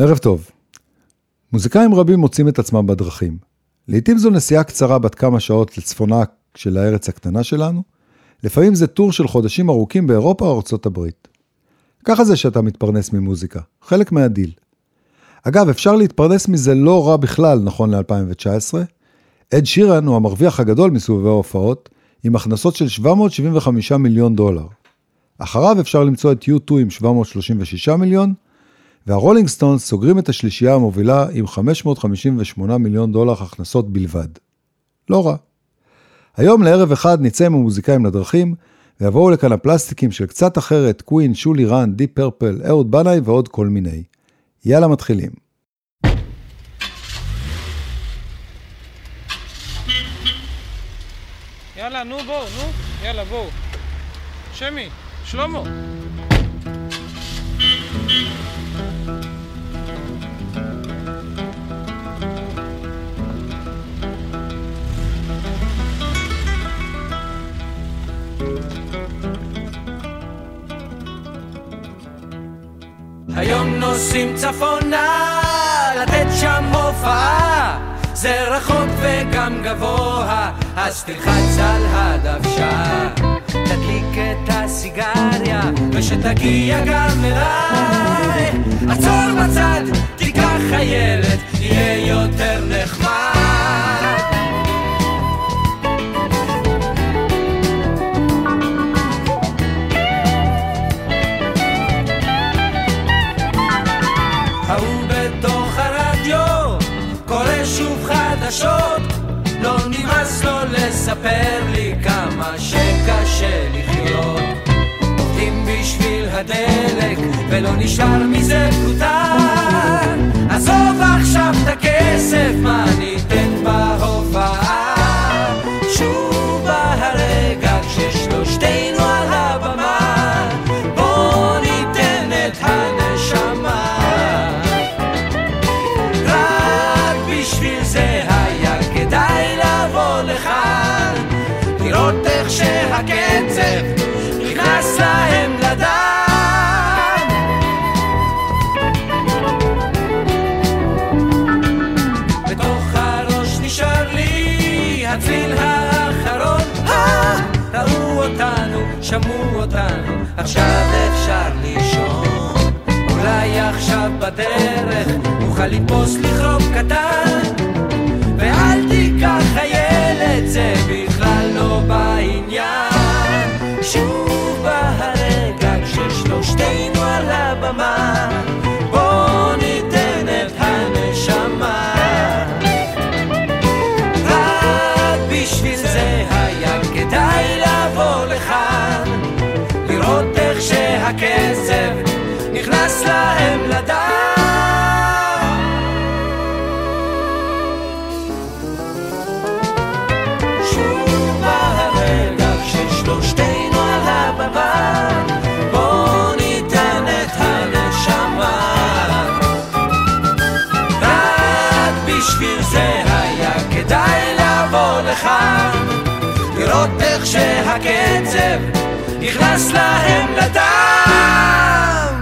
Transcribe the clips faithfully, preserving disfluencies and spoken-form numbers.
ערב טוב. מוזיקאים רבים מוצאים את עצמם בדרכים. לעתים זו נסיעה קצרה בת כמה שעות לצפונה של הארץ הקטנה שלנו, לפעמים זה טור של חודשים ארוכים באירופה או ארצות הברית. ככה זה שאתה מתפרנס ממוזיקה, חלק מהדיל. אגב, אפשר להתפרנס מזה לא רע בכלל, נכון ל-אלפיים תשע עשרה. אד שירן הוא המרוויח הגדול מסובבי ההופעות, עם הכנסות של שבע מאות שבעים וחמישה מיליון דולר. אחריו אפשר למצוא את יו טו עם שבע מאות שלושים ושישה מיליון, והרולינג סטונס סוגרים את השלישייה המובילה עם חמש מאות חמישים ושמונה מיליון דולר הכנסות בלבד. לא רע. היום לערב אחד נצא עם המוזיקאים לדרכים, ויבואו לכאן הפלסטיקים של קצת אחרת, קווין, שולי רן, דיפ פרפל, אהוד בנאי ועוד כל מיני. יאללה מתחילים. יאללה, נו בואו, נו, יאללה בואו. שמי, שלמה. היום נוסעים צפונה, לתת שם הופעה, זה רחוק וגם גבוה, אז תלחץ על הדוושה, תדליק את הסיגריה, ושתגיע גם אליי, עצור בצד, תיקח הילד, יהיה יותר נחמד. לא נמאס לו לספר לי כמה שקשה לחיות, עובדים בשביל הדלק ולא נשאר מזה פלוטה, עזוב עכשיו את הכסף, מה ניתן בהופעה, שוב בא הרגע כששלושתנו על הבמה, בוא ניתן את הנשמה, רק בשביל זה כדאי לבוא לכאן, לראות איך שהקצב נכנס להם לדם. בתוך הראש נשאר לי הצליל האחרון, ראו אותנו, שמעו אותנו, עכשיו אפשר לישון, אולי עכשיו בדרך נוכל לתפוס לכרוב קטן, ואל תיקח הילד, זה בכלל לא בעניין, שוב בהרגע כששלושתנו על הבמה, בוא ניתן את הנשמה, רק בשביל זה היה כדאי לבוא לכאן, לראות איך שהכסף נכנס להם לדם. שלושתנו על הבמה, בוא ניתן את הנשמה, רק בשביל זה היה כדאי לבוא לכאן, לראות איך שהקצב נכנס להם לדם.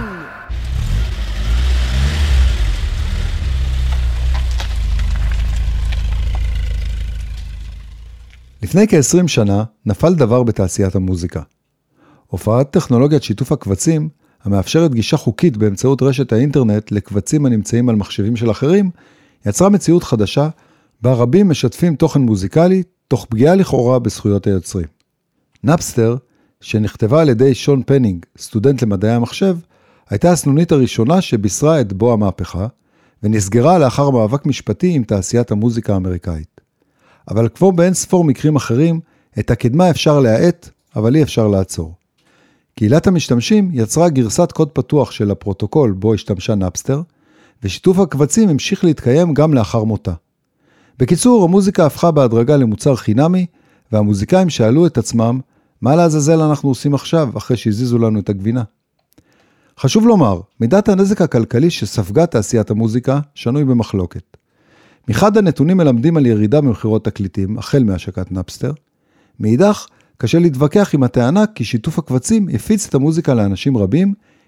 לפני כ-עשרים שנה נפל דבר בתעשיית המוזיקה. הופעת טכנולוגיית שיתוף הקבצים, המאפשרת גישה חוקית באמצעות רשת האינטרנט לקבצים הנמצאים על מחשבים של אחרים, יצרה מציאות חדשה, בה רבים משתפים תוכן מוזיקלי, תוך פגיעה לכאורה בזכויות היוצרים. נאפסטר, שנכתבה על ידי שון פנינג, סטודנט למדעי המחשב, הייתה הסנונית הראשונה שבישרה את בוא המהפכה, ונסגרה לאחר מאבק משפטי עם תעשיית המוזיקה האמריקאית. אבל כמו באין ספור מקרים אחרים, את הקדמה אפשר להאט, אבל אי אפשר לעצור. קהילת המשתמשים יצרה גרסת קוד פתוח של הפרוטוקול בו השתמשה נאפסטר, ושיתוף הקבצים המשיך להתקיים גם לאחר מותה. בקיצור, המוזיקה הפכה בהדרגה למוצר חינמי, והמוזיקאים שאלו את עצמם, מה לעזאזל אנחנו עושים עכשיו, אחרי שהזיזו לנו את הגבינה? חשוב לומר, מידת הנזק הכלכלי שספגה תעשיית המוזיקה, שנוי במחלוקת. מחד הנתונים מלמדים על ירידה במחירות תקליטים, החל מהשקת נאפסטר. מאידך, קשה להתווכח עם הטענה כי שיתוף הקבצים הפיץ את המוזיקה לאנשים רבים,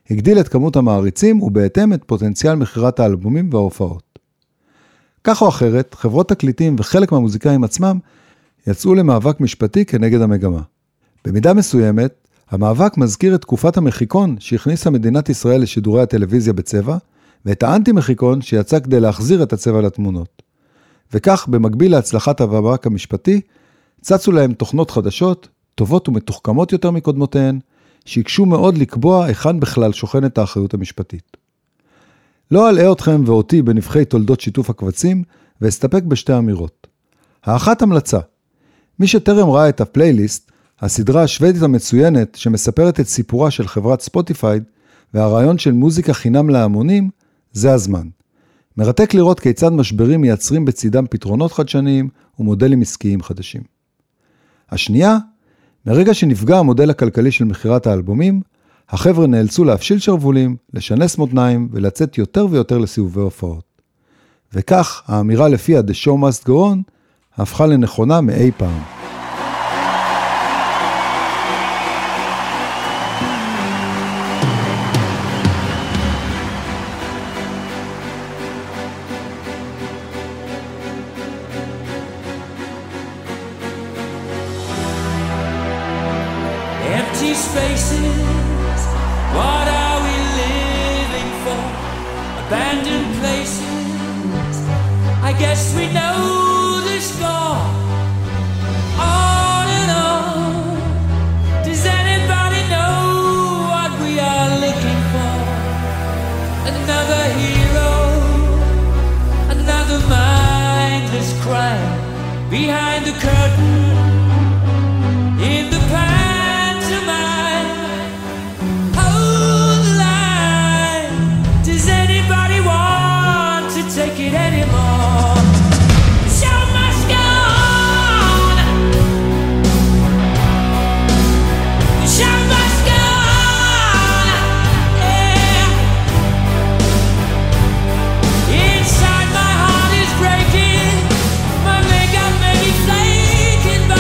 הגדיל את כמות המעריצים ובהתאם את פוטנציאל מחירת האלבומים וההופעות. כך או אחרת, חברות תקליטים וחלק מהמוזיקאים עצמם יצאו למאבק משפטי כנגד המגמה. במידה מסוימת, המאבק מזכיר את תקופת המחיקון שהכניסה מדינת ישראל לשידורי הטלוויזיה בצבע, ואת האנטי-מחיקון שיצא כדי להחזיר את הצבע לתמונות. וכך, במקביל להצלחת המאבק המשפטי, צצו להם תוכנות חדשות, טובות ומתוחכמות יותר מקודמותיהן, שיקשו מאוד לקבוע היכן בכלל שוכנת האחריות המשפטית. לא אלאה אתכם ואותי בנבחי תולדות שיתוף הקבצים, ואסתפק בשתי אמירות. האחת המלצה. מי שטרם ראה את הפלייליסט, הסדרה השוודית המצוינת שמספרת את סיפורה של חברת ספוטיפיי, והרעיון של מוזיקה חינם להמונים, זה הזמן. מרתק לראות כיצד משברים מייצרים בצידם פתרונות חדשניים ומודלים עסקיים חדשים. השנייה, מרגע שנפגע המודל הכלכלי של מחירת האלבומים, החבר'ה נאלצו להפשיל שרבולים, לשנס מותניים ולצאת יותר ויותר לסיבובי הופעות. וכך, האמירה לפיה The show must go on, הפכה לנכונה מאי פעם. Empty spaces, what are we living for? Abandoned places, I guess we know the score. On and on, does anybody know what we are looking for? Another hero, another mindless crime, behind the curtain, in the past. Take it anymore. The show must go on. The show must go on. Yeah. Inside my heart is breaking. My makeup may be flaking,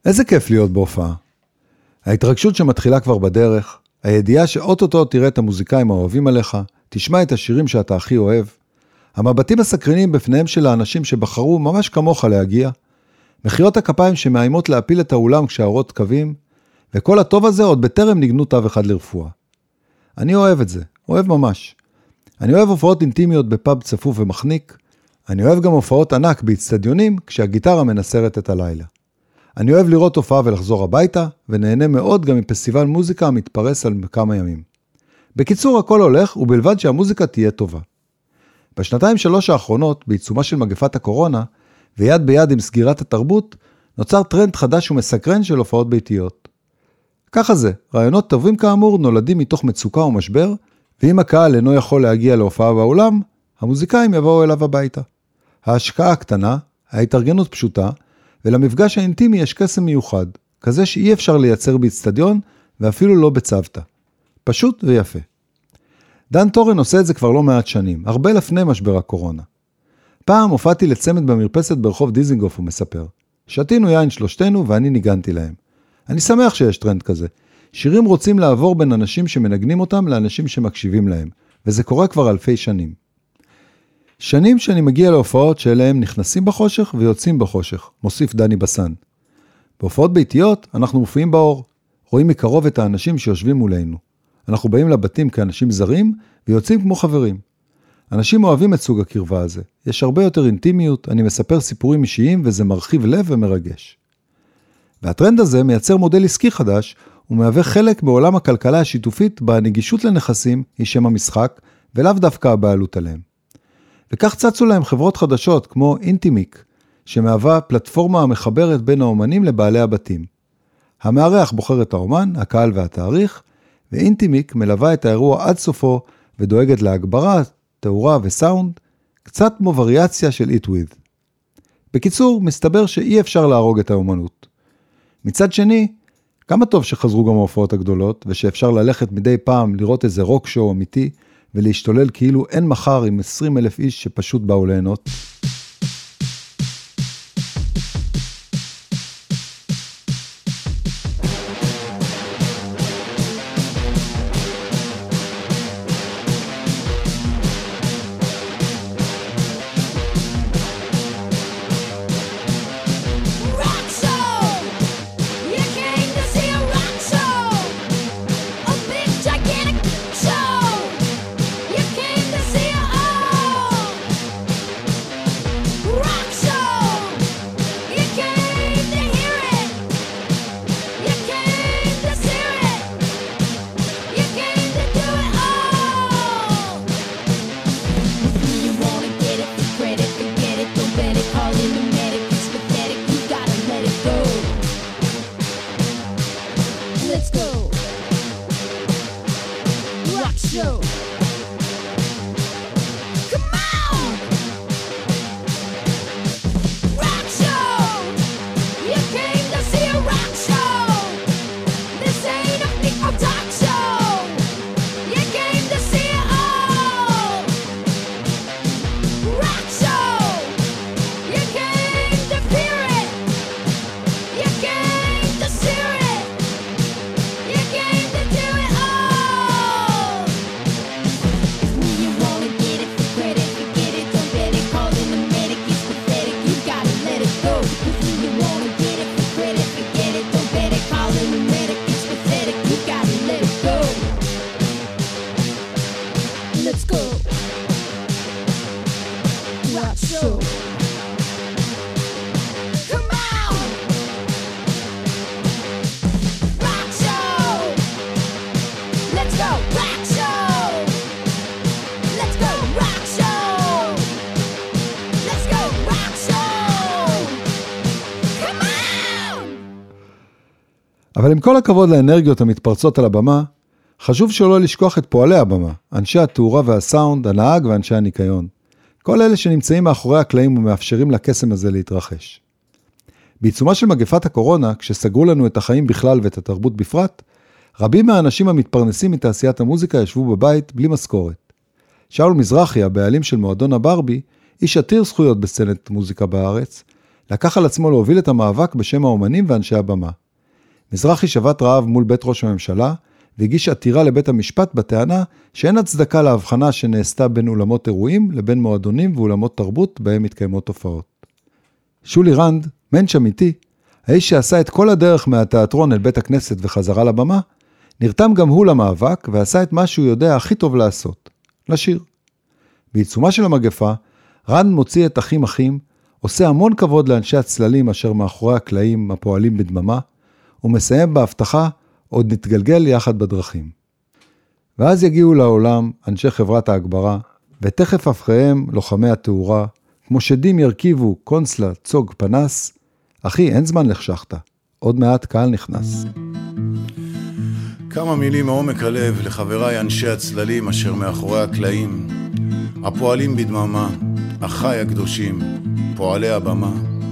איזה כיף להיות בהופעה. ההתרגשות שמתחילה כבר בדרך, הידיעה שאוטוטו תראה את המוזיקאים האוהבים עליך, תשמע את השירים שאתה הכי אוהב, המבטים הסקרנים בפניהם של האנשים שבחרו ממש כמוך להגיע, מחיאות הכפיים שמאיימות להפיל את האולם כשהאורות קווים, וכל הטוב הזה עוד בטרם ניגנו תו אחד לרפואה. אני אוהב את זה, אוהב ממש. אני אוהב הופעות אינטימיות בפאב צפוף ומחניק, אני אוהב גם הופעות ענק באצטדיונים כשהגיטרה מנסרת את הלילה. אני אוהב לראות הופעה ולחזור הביתה, ונהנה מאוד גם מפסטיבל מוזיקה המתפרס על כמה ימים. בקיצור, הכל הולך, ובלבד שהמוזיקה תהיה טובה. בשנתיים שלוש האחרונות, בעיצומה של מגפת הקורונה, ויד ביד עם סגירת התרבות, נוצר טרנד חדש ומסקרן של הופעות ביתיות. ככה זה, רעיונות טובים כאמור נולדים מתוך מצוקה ומשבר, ואם הקהל אינו יכול להגיע להופעה באולם, המוזיקאים יבואו אליו הביתה. ההשקעה הקטנה, ההתארגנות פשוטה, ולמפגש האינטימי יש קסם מיוחד, כזה שאי אפשר לייצר באצטדיון, ואפילו לא בצוותא. פשוט ויפה. דן טורן עושה את זה כבר לא מעט שנים, הרבה לפני משבר הקורונה. פעם הופעתי לצמד במרפסת ברחוב דיזינגוף, הוא מספר. שתינו יין שלושתנו ואני ניגנתי להם. אני שמח שיש טרנד כזה. שירים רוצים לעבור בין אנשים שמנגנים אותם לאנשים שמקשיבים להם, וזה קורה כבר אלפי שנים. שנים שאני מגיע להופעות שאליהם נכנסים בחושך ויוצאים בחושך, מוסיף דני בסן. בהופעות ביתיות אנחנו מופיעים באור, רואים מקרוב את האנשים שיושבים מולנו. אנחנו באים לבתים כאנשים זרים ויוצאים כמו חברים. אנשים אוהבים את סוג הקרבה הזה. יש הרבה יותר אינטימיות, אני מספר סיפורים אישיים וזה מרחיב לב ומרגש. והטרנד הזה מייצר מודל עסקי חדש, ומהווה חלק בעולם הכלכלה השיתופית בהנגישות לנכסים היא שם המשחק, ולאו דווקא הבעלות עליהם. וכך צצו להם חברות חדשות כמו אינטימיק, שמהווה פלטפורמה המחברת בין האומנים לבעלי הבתים. המארח בוחר את האומן, הקהל והתאריך, ואינטימיק מלווה את האירוע עד סופו ודואגת להגברה, תאורה וסאונד, קצת כמו וריאציה של Eat With. בקיצור, מסתבר שאי אפשר להרוג את האומנות. מצד שני, כמה טוב שחזרו גם ההופעות הגדולות, ושאפשר ללכת מדי פעם לראות איזה רוק שואו אמיתי, ולהשתולל כאילו אין מחר עם עשרים אלף איש שפשוט באו ליהנות. אבל עם כל הכבוד לאנרגיות המתפרצות על הבמה, חשוב שלא לשכוח את פועלי הבמה, אנשי התאורה והסאונד, הנהג ואנשי הניקיון. כל אלה שנמצאים מאחורי הקלעים ומאפשרים לקסם הזה להתרחש. בעיצומה של מגפת הקורונה, כשסגרו לנו את החיים בכלל ואת התרבות בפרט, רבים מהאנשים המתפרנסים מתעשיית המוזיקה ישבו בבית בלי משכורת. שאול מזרחי, הבעלים של מועדון הברבי, איש עתיר זכויות בסצנת מוזיקה בארץ, לקח על עצמו להוביל את המאבק בשם האומנים ואנשי הבמה. מזרחי שבת רעב מול בית ראש הממשלה, והגיש עתירה לבית המשפט בטענה שאין הצדקה להבחנה שנעשתה בין אולמות אירועים לבין מועדונים ואולמות תרבות בהם מתקיימות תופעות. שולי רנד, מנש אמיתי, האיש שעשה את כל הדרך מהתיאטרון אל בית הכנסת וחזרה לבמה, נרתם גם הוא למאבק ועשה את מה שהוא יודע הכי טוב לעשות, לשיר. בעיצומה של המגפה, רנד מוציא את אחים אחים, עושה המון כבוד לאנשי הצללים אשר מאחורי הקלעים הפועלים בדממה, ומסיים בהבטחה עוד נתגלגל יחד בדרכים. ואז יגיעו לעולם אנשי חברת ההגברה, ותכף אחריהם לוחמי התאורה, כמו שדים ירכיבו קונסלה, צוג, פנס. אחי, אין זמן לחשכת, עוד מעט קהל נכנס. כמה מילים מעומק הלב לחבריי אנשי הצללים אשר מאחורי הקלעים, הפועלים בדממה, אחי הקדושים, פועלי הבמה.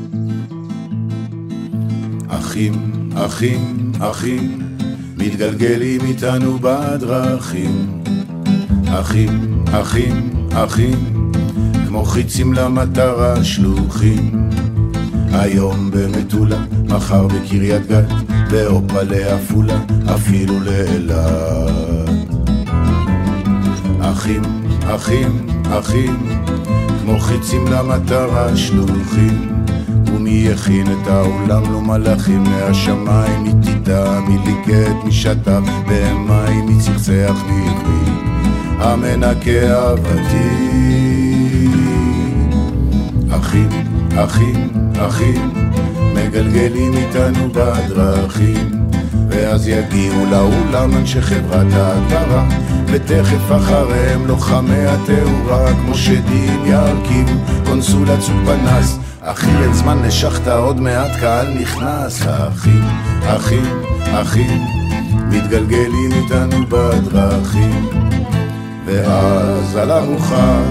אחים, אחים, אחים, מתגלגלים איתנו בדרכים. אחים, אחים, אחים, כמו חיצים למטרה שלוחים. היום במטולה, מחר בקריית גת, באופה לעפולה, אפילו לאילת. אחים, אחים, אחים, כמו חיצים למטרה שלוחים. ומי יכין את העולם לא מלאכים מהשמיים, מי תיטה, מי ליגת, מי שטף במים, מי צחצח בעקבי המנקה אהבתי. אחים, אחים, אחים, מגלגלים איתנו בדרכים, ואז יגיעו לאולם אנשי חברת ההגברה, ותכף אחריהם לוחמי התאורה, כמו שדים ירכיבו קונסולה צוק פנס. אחי, אין זמן לשחתה, עוד מעט קהל נכנס. אחים, אחים, אחים, מתגלגלים איתנו בדרכים, ואז על המוכן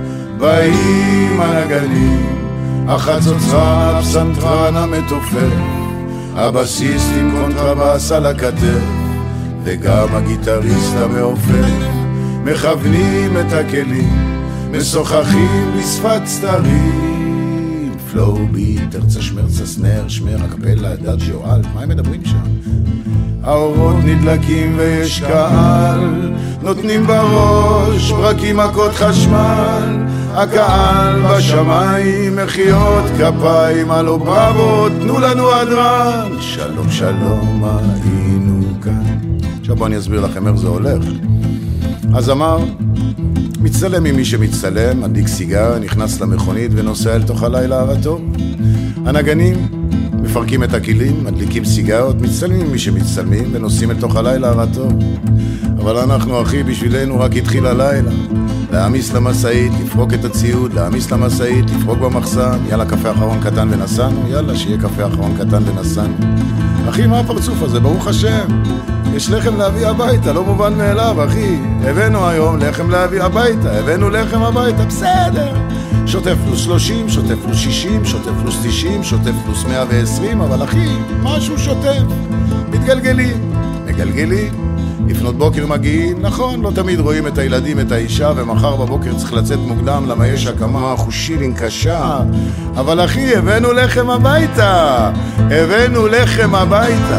באים הנגנים, החצוצרן, הפסנתרן המתופף, הבסיסט עם קונטרבס על הכתף, וגם הגיטריסט המעופף, מכוונים את הכלים, משוחחים בשפת סתרים. פלואו ביט, תרצה שמרצה סנר, שמר הקפלה, דאג'יו אלט, מה הם מדברים שם? האורות נדלקים ויש קהל, נותנים בראש ברקים מכות חשמל, הקהל בשמיים, מחיאות כפיים, הלו בראבו, תנו לנו הדרן, שלום שלום היינו כאן. עכשיו בואו אני אסביר לכם איך זה הולך. אז אמר, מצטלם ממי שמצטלם, מדליק סיגר, נכנס למכונית ונוסע אל תוך הלילה הרטוב. הנגנים מפרקים את הכלים, מדליקים סיגרות, מצטלמים ממי שמצטלמים ונוסעים אל תוך הלילה הרטוב. אבל אנחנו, אחי, בשבילנו רק התחיל הלילה. להעמיס למסעית, לפרוק את הציוד, להעמיס למסעית, לפרוק במחסן, יאללה קפה אחרון קטן ונסענו, יאללה שיהיה קפה אחרון קטן ונסענו. אחי, מה הפרצוף הזה? ברוך השם, יש לחם להביא הביתה, לא מובן מאליו, אחי. הבאנו היום לחם להביא הביתה, הבאנו לחם הביתה, בסדר. שוטף פלוס שלושים, שוטף פלוס שישים, שוטף פלוס תשעים, שוטף פלוס מאה ועשרים, אבל אחי, משהו שוטף. מתגלגלים, מגלגלים. לפנות בוקר מגיעים, נכון, לא תמיד רואים את הילדים, את האישה, ומחר בבוקר צריך לצאת מוקדם, למה יש הקמה חושילין קשה. אבל אחי, הבאנו לחם הביתה, הבאנו לחם הביתה.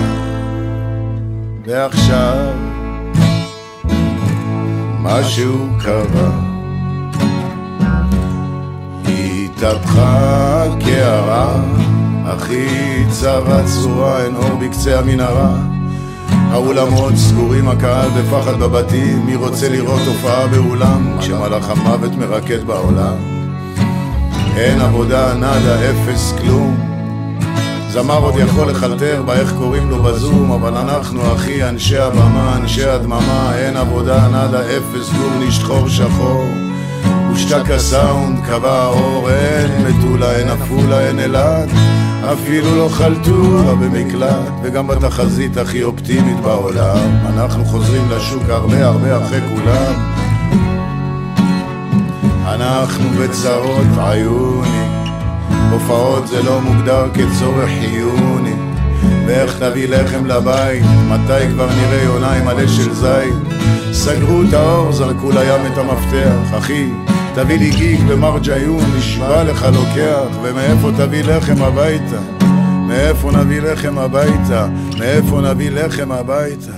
ועכשיו, משהו קרה, התהפכה קערה, אחי צרה צורה, אין אור בקצה המנהרה. האולמות סגורים, הקהל בפחד בבתים, מי רוצה לראות הופעה באולם כשמלאך המוות מרקד בעולם? אין עבודה, נדה, אפס, כלום. זמר עוד יכול לחלטר באיך קוראים לו בזום, אבל אנחנו, אחי, אנשי הבמה, אנשי הדממה, אין עבודה, נדה, אפס, גור, נשתחור שחור. ושתק הסאונד, קבע האור, אין מטולה, אין אפולה, אין אלעד, אפילו לא חלטורה במקלט, וגם בתחזית הכי אופטימית בעולם, אנחנו חוזרים לשוק הרבה הרבה אחרי כולם. אנחנו בצרות עיוני, הופעות זה לא מוגדר כצורך חיוני, ואיך תביא לחם לבית, מתי כבר נראה יונה עם מלא של זית? סגרו את האור, זרקו לים את המפתח, אחי תביא לי גיג ומרג'יון, נשבע לך לוקח. ומאיפה תביא לחם הביתה? מאיפה נביא לחם הביתה? מאיפה נביא לחם הביתה?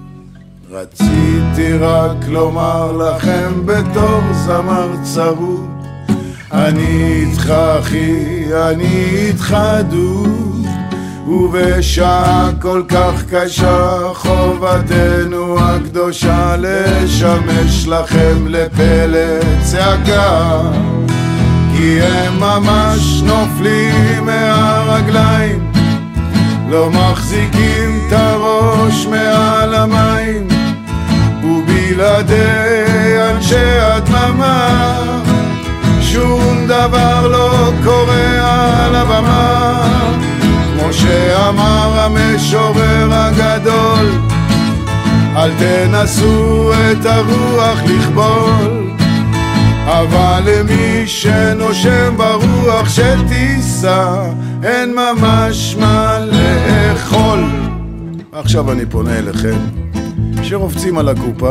רציתי רק לומר לכם בתור זמר צרוד, אני איתך אחי, אני איתך דוד, ובשעה כל כך קשה חובתנו הקדושה לשמש לכם לפלא צעקה, כי הם ממש נופלים מהרגליים, לא מחזיקים את הראש מעל המים, ובלעדי אנשי הדממה שום דבר לא קורה על הבמה. כמו שאמר המשורר הגדול, אל תנסו את הרוח לכבול, אבל למי שנושם ברוח שתיסע אין ממש מה לאכול. עכשיו אני פונה אליכם שרופצים על הקופה,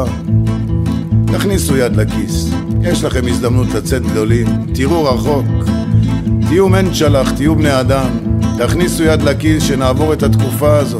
תכניסו יד לכיס, יש לכם הזדמנות לצאת גדולים, תראו רחוק, תהיו מנצ'לח, תהיו בני אדם, תכניסו יד לכיס שנעבור את התקופה הזאת,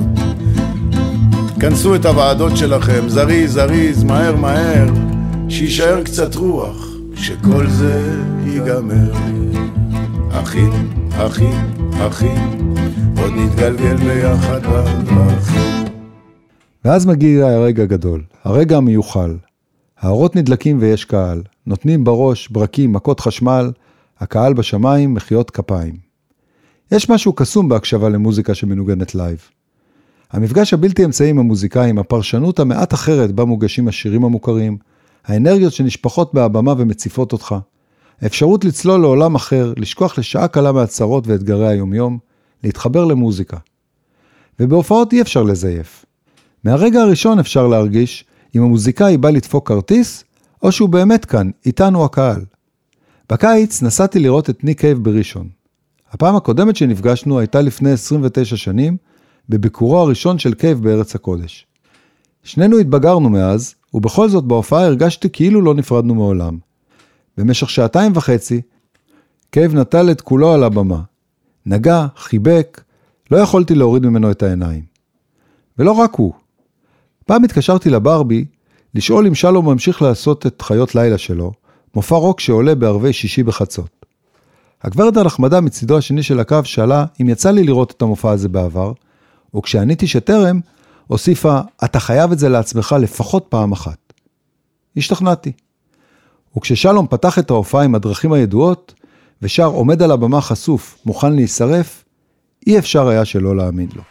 כנסו את הוועדות שלכם, זריז זריז, מהר מהר, שישאר קצת רוח שכל זה ייגמר. אחים, אחים, אחים, עוד נתגלגל ביחד בדרכים. ואז מגיע הרגע הגדול, הרגע המיוחל. האורות נדלקים ויש קהל, נותנים בראש, ברקים, מכות חשמל, הקהל בשמיים, מחיאות כפיים. יש משהו קסום בהקשבה למוזיקה שמנוגנת לייב. המפגש הבלתי אמצעי עם המוזיקאים, הפרשנות המעט אחרת בה מוגשים השירים המוכרים, האנרגיות שנשפחות בהבמה ומציפות אותך, האפשרות לצלול לעולם אחר, לשכוח לשעה קלה מהצרות ואתגרי היומיום, להתחבר למוזיקה. ובהופעות אי אפשר לזייף. מהרגע הראשון אפשר להרגיש אם המוזיקאי בא לדפוק כרטיס, או שהוא באמת כאן, איתנו הקהל. בקיץ נסעתי לראות את ניק קייב בראשון. הפעם הקודמת שנפגשנו הייתה לפני עשרים ותשע שנים, בביקורו הראשון של קייב בארץ הקודש. שנינו התבגרנו מאז, ובכל זאת בהופעה הרגשתי כאילו לא נפרדנו מעולם. במשך שעתיים וחצי, קייב נטל את כולו על הבמה. נגע, חיבק, לא יכולתי להוריד ממנו את העיניים. ולא רק הוא. פעם התקשרתי לברבי, לשאול אם שלום ממשיך לעשות את חיות לילה שלו, מופע רוק שעולה בערבי שישי בחצות. הגברת הנחמדה מצידו השני של הקו שאלה אם יצא לי לראות את המופע הזה בעבר, וכשעניתי שטרם, הוסיפה, אתה חייב את זה לעצמך לפחות פעם אחת. השתכנעתי. וכששלום פתח את ההופעה עם הדרכים הידועות, ושר עומד על הבמה חשוף, מוכן להישרף, אי אפשר היה שלא להאמין לו.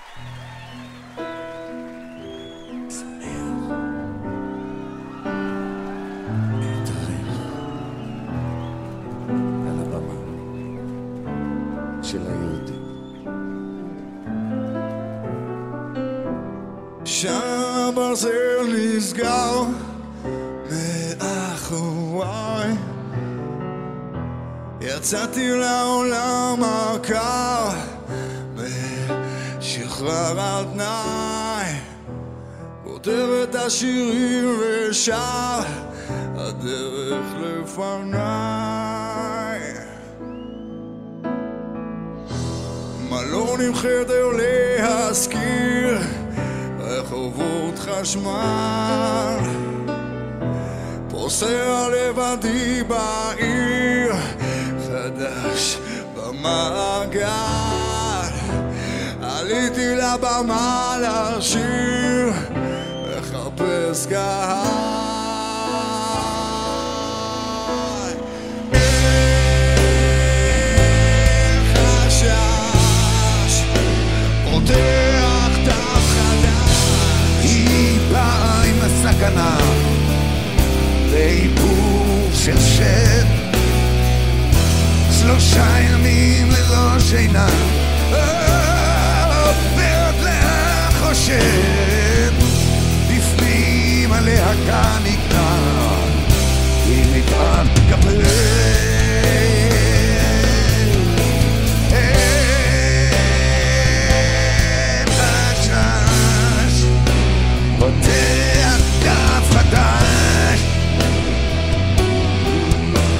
שהברזל נסגר מאחוריי, יצאתי לעולם הקר משחרר על תנאי, כותב את השירים ושר הדרך לפניי, מלון עם חדר להזכיר, רחובות חשמל, פוסע לבדי בעיר, חדש במעגל, עליתי לבמה לשיר, מחפש קהל. אין חשש, פותח דף חדש, היא באה עם הסכנה להיפוך של שד, שלושה ימים ללא שינה, ועוד לחושד, בפנים הלהקה נקנה, היא מטען כפלת. אין חשש, פותח דף חדש,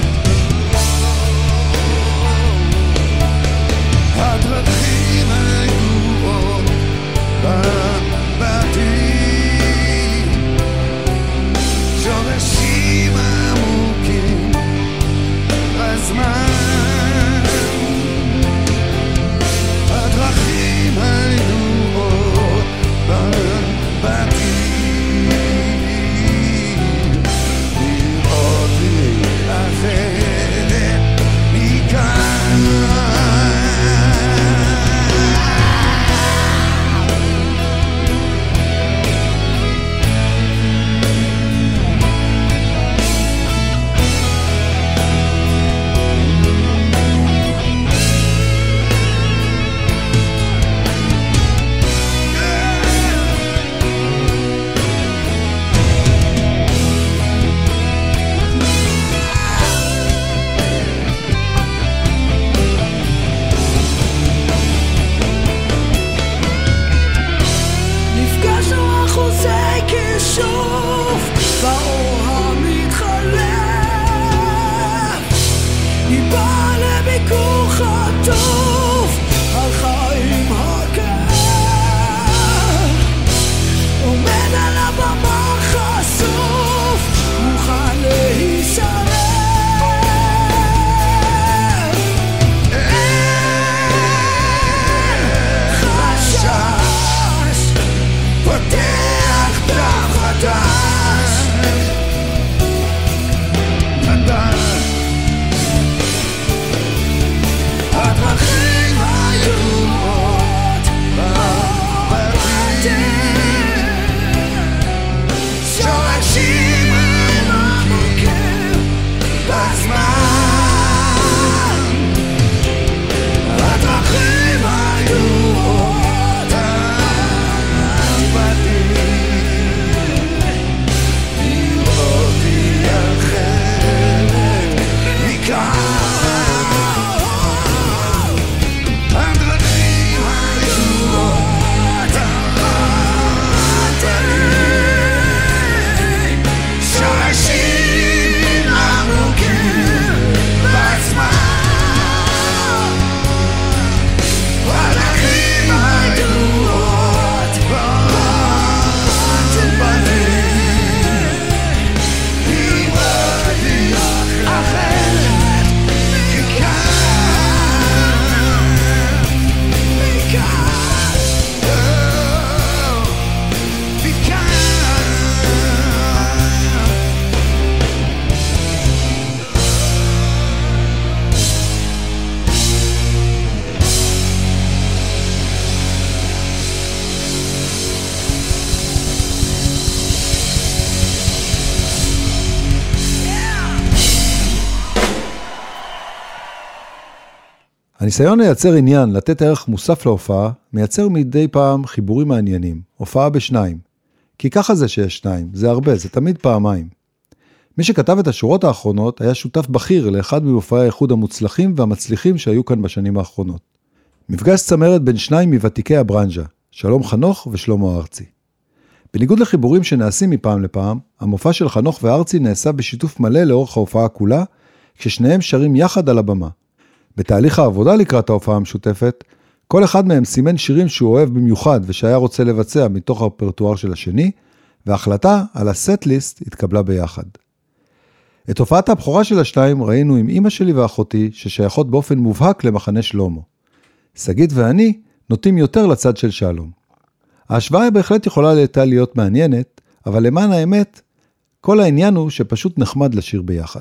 הניסיון לייצר עניין, לתת ערך מוסף להופעה, מייצר מדי פעם חיבורים מעניינים, הופעה בשניים. כי ככה זה שיש שניים, זה הרבה, זה תמיד פעמיים. מי שכתב את השורות האחרונות היה שותף בכיר לאחד ממופעי האיחוד המוצלחים והמצליחים שהיו כאן בשנים האחרונות. מפגש צמרת בין שניים מוותיקי הברנז'ה, שלום חנוך ושלמה ארצי. בניגוד לחיבורים שנעשים מפעם לפעם, המופע של חנוך וארצי נעשה בשיתוף מלא לאורך ההופעה כולה, כששניהם שרים יחד על הבמה. בתהליך העבודה לקראת ההופעה המשותפת, כל אחד מהם סימן שירים שהוא אוהב במיוחד ושהיה רוצה לבצע מתוך הרפרטואר של השני, וההחלטה על הסט-ליסט התקבלה ביחד. את הופעת הבכורה של השניים ראינו עם אמא שלי ואחותי ששייכות באופן מובהק למחנה שלמה. סגית ואני נוטים יותר לצד של שלום. ההשוואה בהחלט יכולה הייתה להיות מעניינת, אבל למען האמת, כל העניין הוא שפשוט נחמד לשיר ביחד.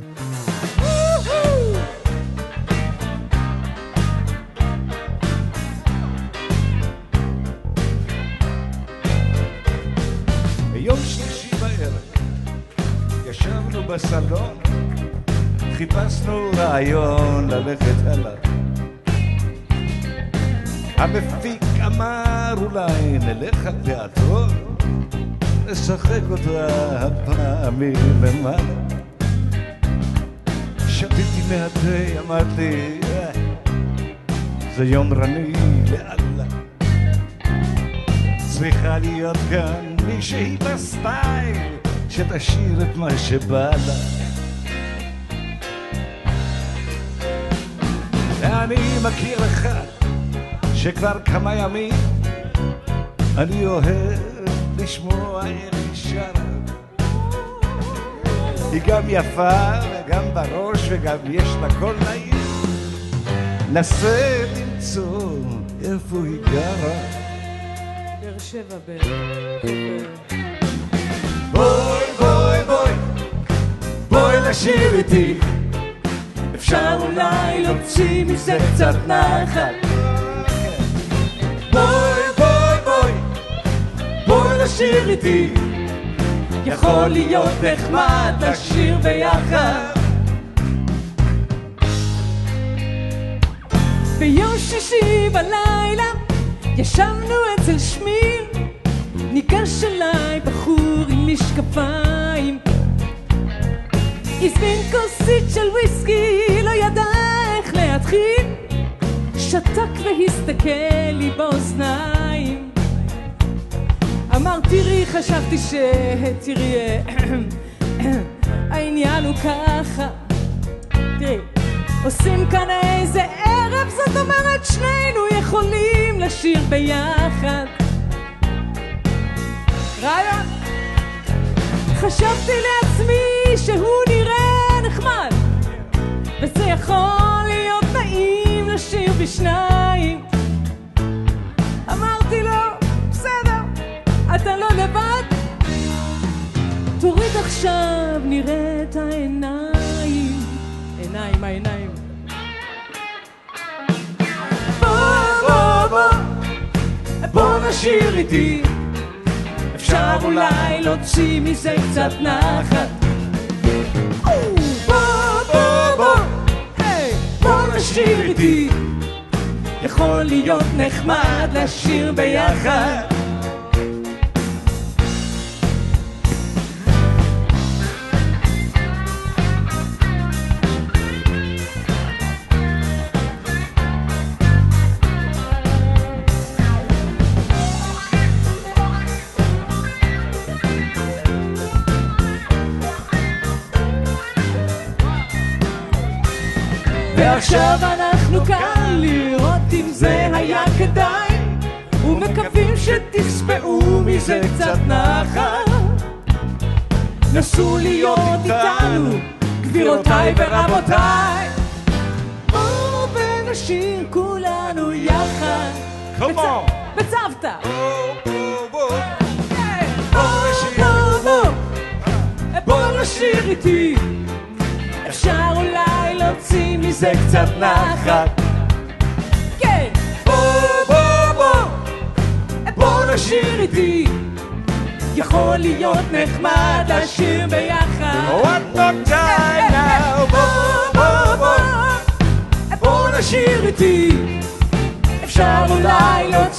ביום שלישי בערב ישבנו בסלון, חיפשנו רעיון ללכת הלאה. המפיק אמר אולי נלך על תיאטרון, נשחק אותה הפעמים למעלה. שתיתי מהתה, אמרתי זה יומרני לאללה. צריכה להיות כאן מישהי בסטייל שתשאיר את מה שבא לה. ואני מכיר אחד שכבר כמה ימים אני אוהב לשמוע איך היא שרה. היא גם יפה וגם בראש וגם יש לה קול נעים. נסה למצוא איפה היא גרה. באר שבע ב... בואי בואי בואי בואי לשיר איתי, אפשר אולי להוציא מזה קצת נחת. בואי בואי בואי בואי לשיר איתי, יכול להיות נחמד לשיר ביחד. ביום שישי בלילה ישבנו אצל שמיר, ניגש אליי בחור עם משקפיים, הזמין כוסית של וויסקי, לא ידע איך להתחיל, שתק והסתכל לי באוזניים. אמר תראי, חשבתי שתראי העניין הוא ככה, תראי עושים כאן איזה ערב, זאת אומרת שנינו יכולים לשיר ביחד. רעיון, חשבתי לעצמי שהוא נראה נחמד, וזה יכול להיות נעים לשיר בשניים. אמרתי לו בסדר, אתה לא לבד, תוריד עכשיו נראה את העיניים, עיניים העיניים. בוא בוא בוא בוא נשיר איתי, אפשר אולי להוציא מזה קצת נחת. בוא בוא בוא בוא נשיר איתי, יכול להיות נחמד לשיר ביחד. ועכשיו אנחנו כאן לראות אם זה היה כדאי, ומקווים שתספעו מזה קצת נחת. נסו להיות איתנו גבירותיי ורבותיי, בואו ונשיר כולנו יחד בצוותא. בואו נשיר איתי, אפשר אולי להוציא מזה קצת נחת. כן, בוא בוא בוא בוא נשיר איתי, יכול להיות נחמד לשיר ביחד. One more time now. בוא בוא בוא בוא נשיר איתי,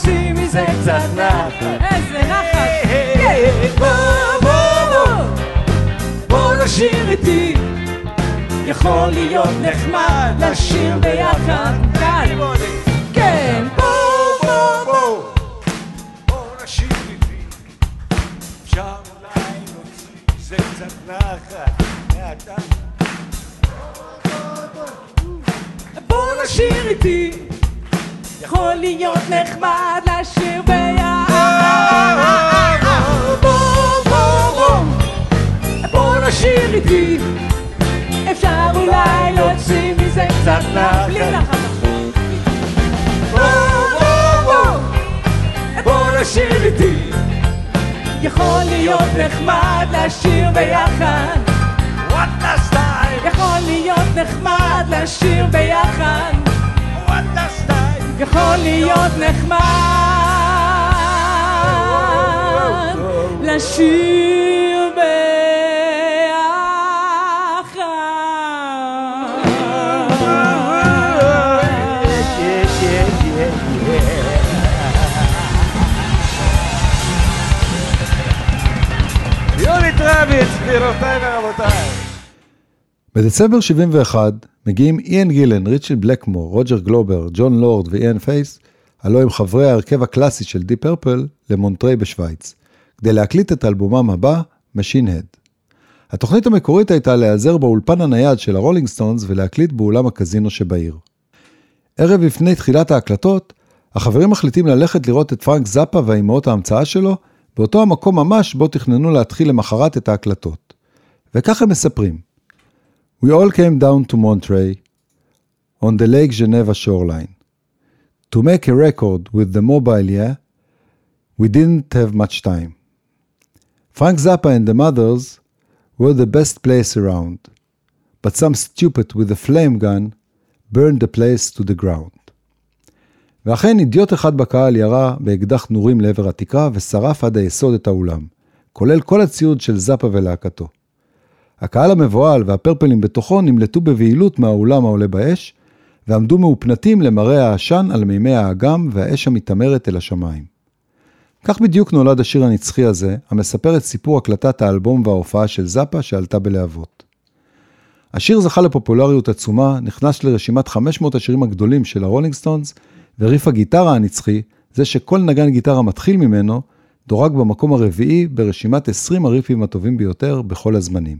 להוציא מזה קצת נחת. איזה נחת. בוא בוא בוא בוא נשיר איתי, יכול להיות נחמד לשיר ביחד. כאן כן בוא בוא בוא בוא נשיר איתי, אפשר אולי להוציא זה קצת נחת. בוא נשיר איתי, יכול להיות נחמד לשיר ביחד. בוא בוא בוא בוא נשיר איתי, אפשר אולי להוציא מזה קצת נחת. בלי נחת. בוא בוא בוא בוא נשיר איתי, יכול להיות נחמד לשיר ביחד. What the style? יכול להיות נחמד לשיר ביחד. What the style? יכול להיות נחמד לשיר ביחד. יוני טרביץ, גבירותיי ורבותיי. בדצמבר שבעים ואחת מגיעים איאן גילן, ריצ'רד בלקמור, רוג'ר גלובר, ג'ון לורד ואיאן פייס, הלוא הם חברי ההרכב הקלאסי של דיפ פרפל, למונטריי בשוויץ, כדי להקליט את אלבומם הבא, משין הד. התוכנית המקורית הייתה להיעזר באולפן הנייד של הרולינג סטונס ולהקליט באולם הקזינו שבעיר. ערב לפני תחילת ההקלטות, החברים מחליטים ללכת לראות את פרנק זאפה והאימהות ההמצאה שלו, באותו המקום ממש בו תכננו להתחיל למחרת את ההקלטות. וכך הם מספרים. We all came down to Monterey, on the Lake Geneva shoreline. To make a record with the mobile, yeah, we didn't have much time. Frank Zappa and the Mothers were the best place around, but some stupid with a flame gun burned the place to the ground. ואכן אידיוט אחד בקהל ירה באקדח נורים לעבר התקרה ושרף עד היסוד את האולם, כולל כל הציוד של זאפה ולהקתו. הקהל המבועל והפרפלים בתוכו נמלטו בבהילות מהאולם העולה באש, ועמדו מאופנתים למראה העשן על מימי האגם והאש המתאמרת אל השמיים. כך בדיוק נולד השיר הנצחי הזה, המספר את סיפור הקלטת האלבום וההופעה של זאפה שעלתה בלהבות. השיר זכה לפופולריות עצומה, נכנס לרשימת חמש מאות השירים הגדולים של הרולינג סטונס, וריף הגיטרה הנצחי, זה שכל נגן גיטרה מתחיל ממנו, דורג במקום הרביעי ברשימת עשרים הריפים הטובים ביותר בכל הזמנים.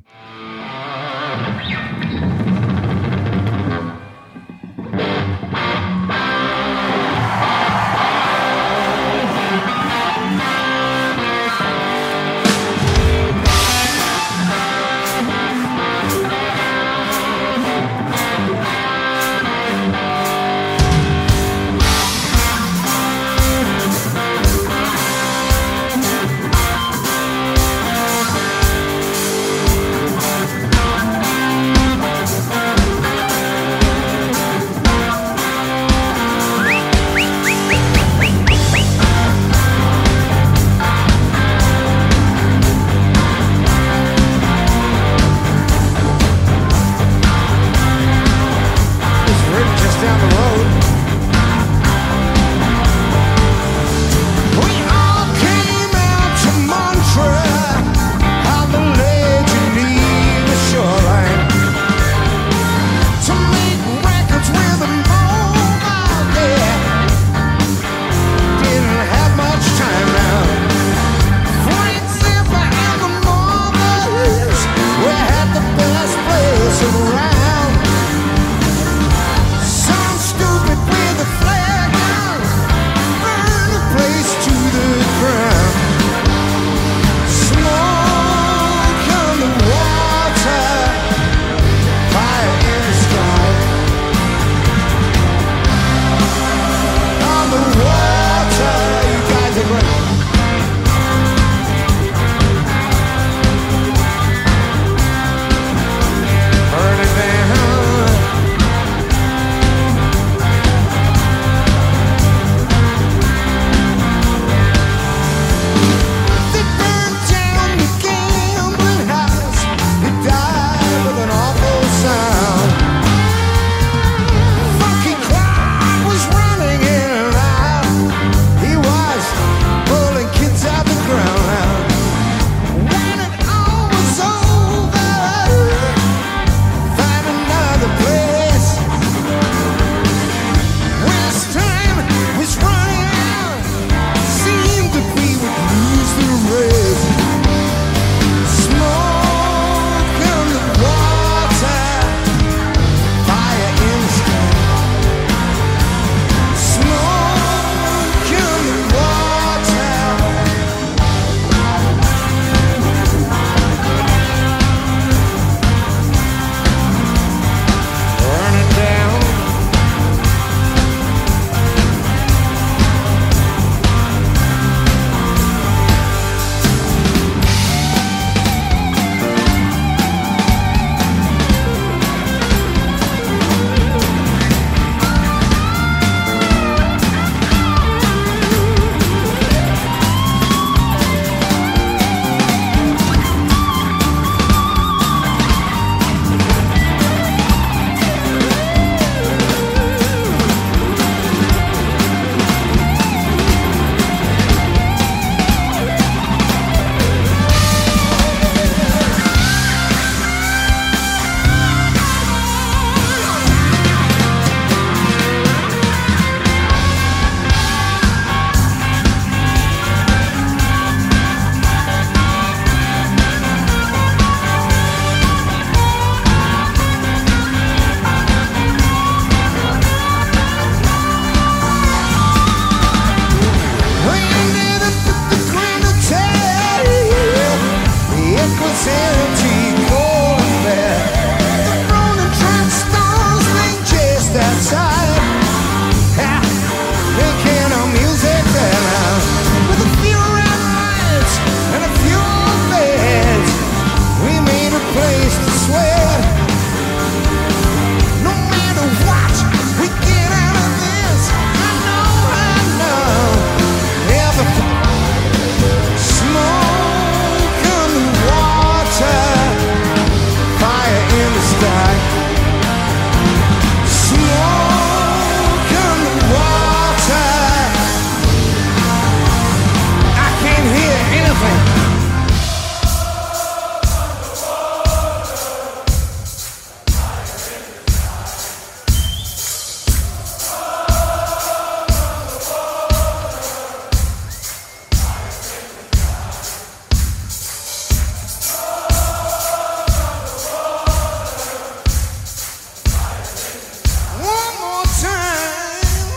sweat. No matter what, we get out of this. I know, I know. Every smoke on the water, fire in the sky. Smoke on the water. I can't hear anything. One more time.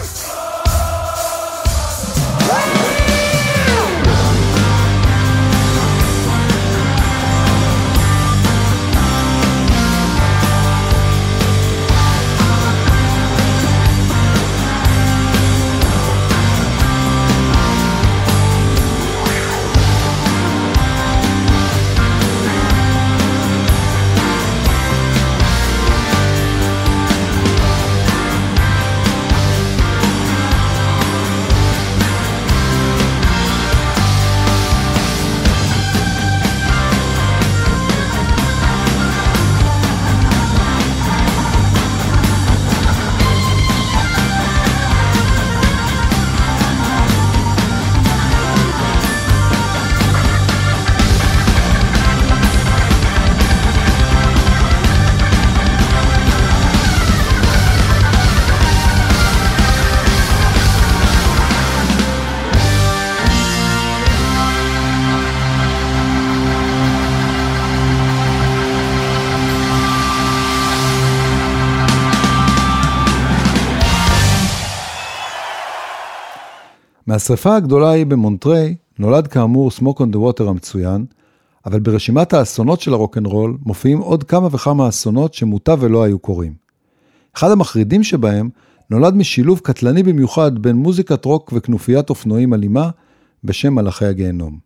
מהשריפה הגדולה היא במונטריי נולד כאמור Smoke on the Water המצוין, אבל ברשימת האסונות של הרוק'נ'רול מופיעים עוד כמה וכמה אסונות שמוטב ולא היו קורים. אחד המחרידים שבהם נולד משילוב קטלני במיוחד בין מוזיקת רוק וכנופיית אופנועים אלימה בשם מלאכי הגיהנום.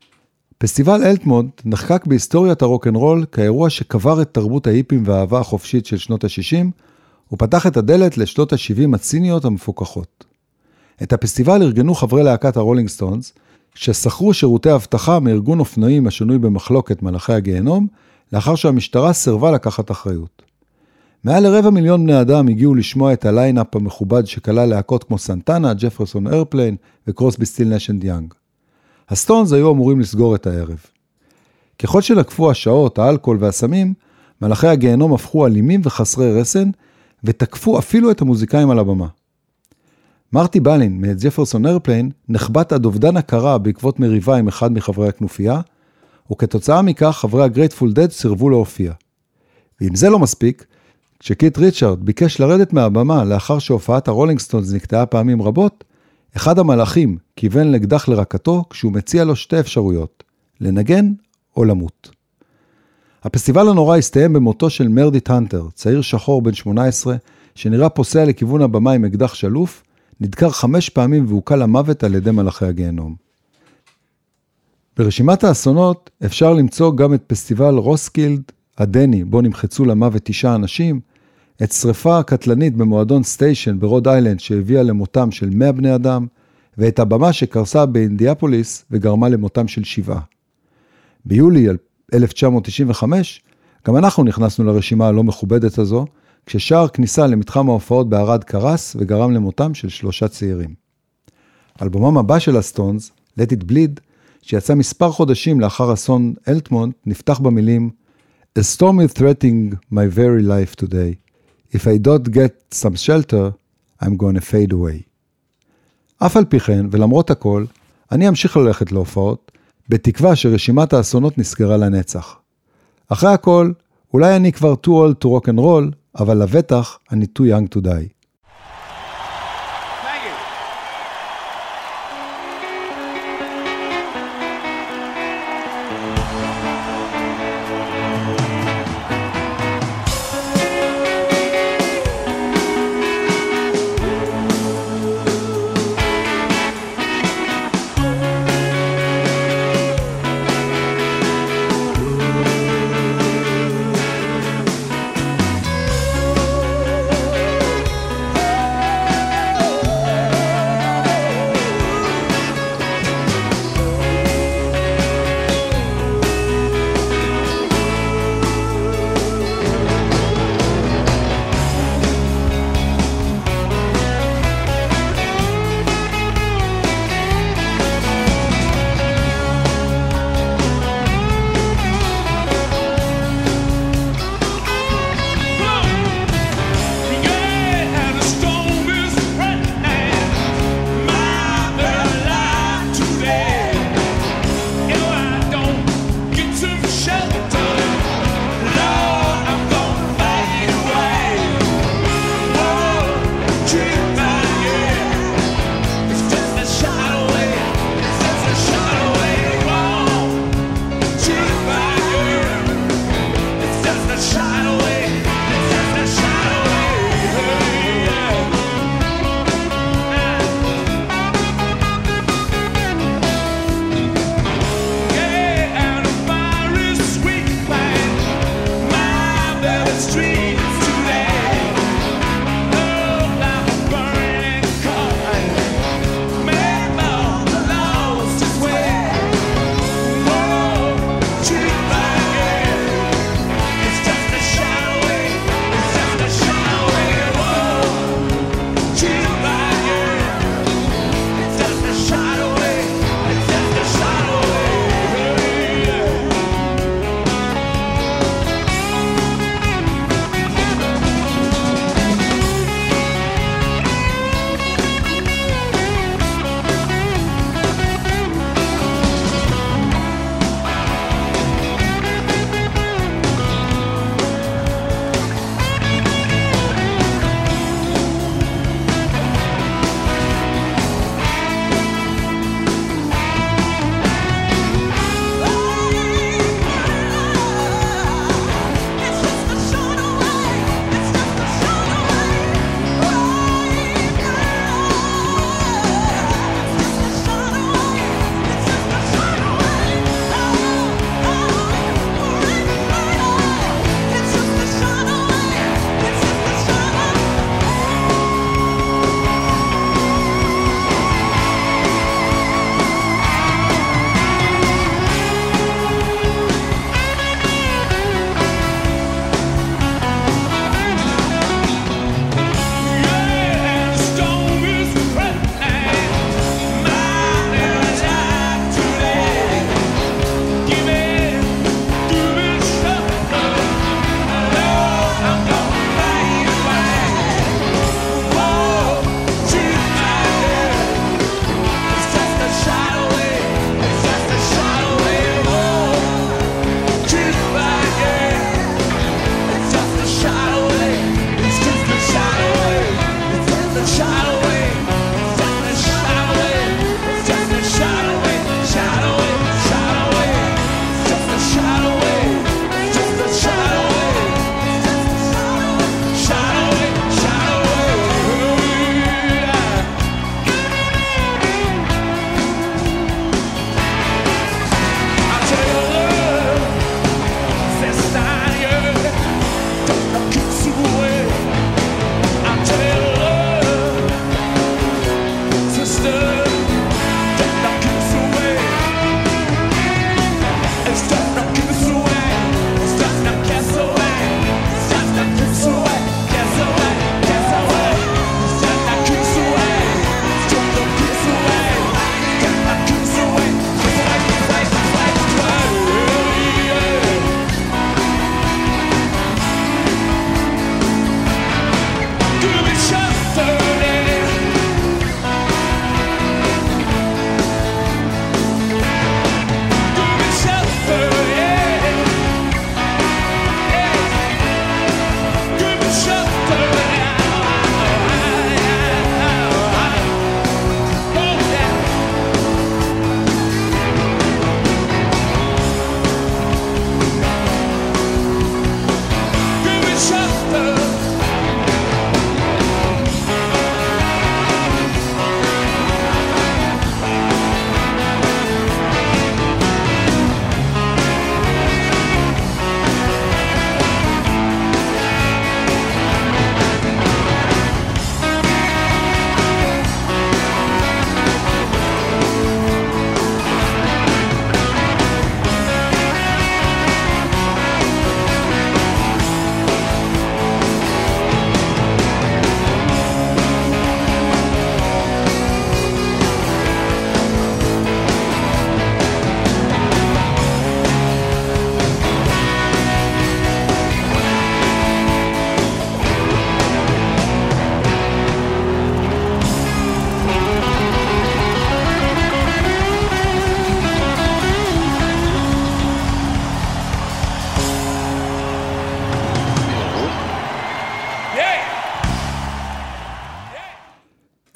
פסטיבל אלטמונט נחקק בהיסטוריית הרוק'נ'רול כאירוע שקבר את תרבות ההיפים והאהבה החופשית של שנות ה-שישים, ופתח את הדלת לשנות ה-שבעים הציניות המפוקחות. את הפסטיבל ארגנו חברי להקת הרולינג סטונס, ששכרו שירותי אבטחה מארגון אופנועים השנוי במחלוקת מלאכי הגיהנום, לאחר שהמשטרה סירבה לקחת אחריות. מעל לרבע מיליון בני אדם הגיעו לשמוע את הליינאפ המכובד שכלל להקות כמו סנטנה, ג'פרסון איירפליין וקרוסבי סטיל נש אנד יאנג. הסטונס היו אמורים לסגור את הערב. ככל שנקפו השעות, האלכוהול והסמים, מלאכי הגיהנום הפכו אלימים וחסרי רסן, ותקפו אפילו את המוזיקאים על הבמה. מרטי בלין מאת ג'פרסון איירפליין נחבט עד אובדן הכרה בעקבות מריבה עם אחד מחברי הכנופיה, וכתוצאה מכך חברי הגרייטפול דד סירבו להופיע. ואם זה לא מספיק, כשקית' ריצ'רד ביקש לרדת מהבמה לאחר שהופעת הרולינג סטונס נקטעה פעמים רבות, אחד המלאכים כיוון לאקדח לרקתו כשהוא מציע לו שתי אפשרויות, לנגן או למות. הפסטיבל הנורא הסתיים במותו של מרדיט הנטר, צעיר שחור בן שמונה עשרה, שנראה פוסע לכיוון הבמה עם אקדח שלוף, נדקר חמש פעמים והוקל למוות על ידי מלאכי הגיהנום. ברשימת האסונות אפשר למצוא גם את פסטיבל רוסקילד הדני, בו נמחצו למוות תשעה אנשים, את שריפה הקטלנית במועדון סטיישן ברוד איילנד שהביאה למותם של מאה בני אדם, ואת הבמה שקרסה באינדיאפוליס וגרמה למותם של שבעה. ביולי אלף תשע מאות תשעים וחמש, גם אנחנו נכנסנו לרשימה הלא מכובדת הזו, כששער כניסה למתחם ההופעות בערד קרס וגרם למותם של שלושה צעירים. אלבומם הבא של הסטונס, Let It Bleed, שיצא מספר חודשים לאחר אסון אלטמונט, נפתח במילים A storm is threatening my very life today. If I don't get some shelter, I'm going to fade away. אף על פי כן, ולמרות הכל, אני אמשיך ללכת להופעות, בתקווה שרשימת האסונות נסגרה לנצח. אחרי הכל, אולי אני כבר too old to rock and roll, אבל לבטח אני too young to die.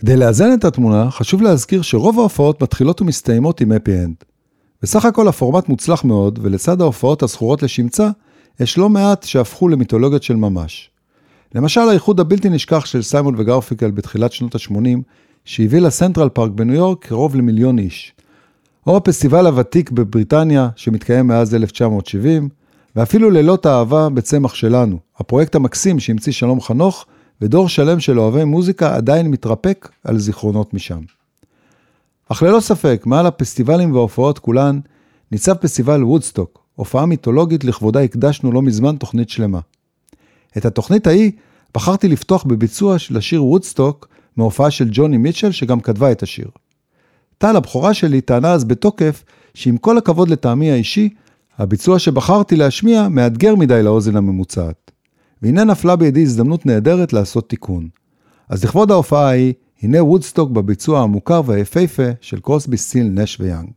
כדי לאזן את התמונה, חשוב להזכיר שרוב ההופעות מתחילות ומסתיימות עם happy end. בסך הכל הפורמט מוצלח מאוד, ולצד ההופעות הזכורות לשמצה, יש לא מעט שהפכו למיתולוגיות של ממש. למשל, האיחוד הבלתי נשכח של סיימון וגרפיקל בתחילת שנות ה-שמונים, שהביא לסנטרל פארק בניו יורק קרוב למיליון איש. או הפסטיבל הוותיק בבריטניה, שמתקיים מאז אלף תשע מאות שבעים, ואפילו לילות האהבה בצמח שלנו, הפרויקט המקסים שהמציא שלום חנוך, ודור שלם של אוהבי מוזיקה עדיין מתרפק על זיכרונות משם. אך ללא ספק, מעל הפסטיבלים וההופעות כולן, ניצב פסטיבל וודסטוק, הופעה מיתולוגית לכבודה הקדשנו לא מזמן תוכנית שלמה. את התוכנית ההיא בחרתי לפתוח בביצוע של השיר וודסטוק, מהופעה של ג'וני מיטשל שגם כתבה את השיר. טל, הבחורה שלי, טענה אז בתוקף, שעם כל הכבוד לטעמי האישי, הביצוע שבחרתי להשמיע מאתגר מדי לאוזן הממוצעת. והנה נפלה בידי הזדמנות נהדרת לעשות תיקון. אז לכבוד ההופעה ההיא, הנה וודסטוק בביצוע המוכר והיפהפה של קרוסבי, סטיל, נש ויאנג.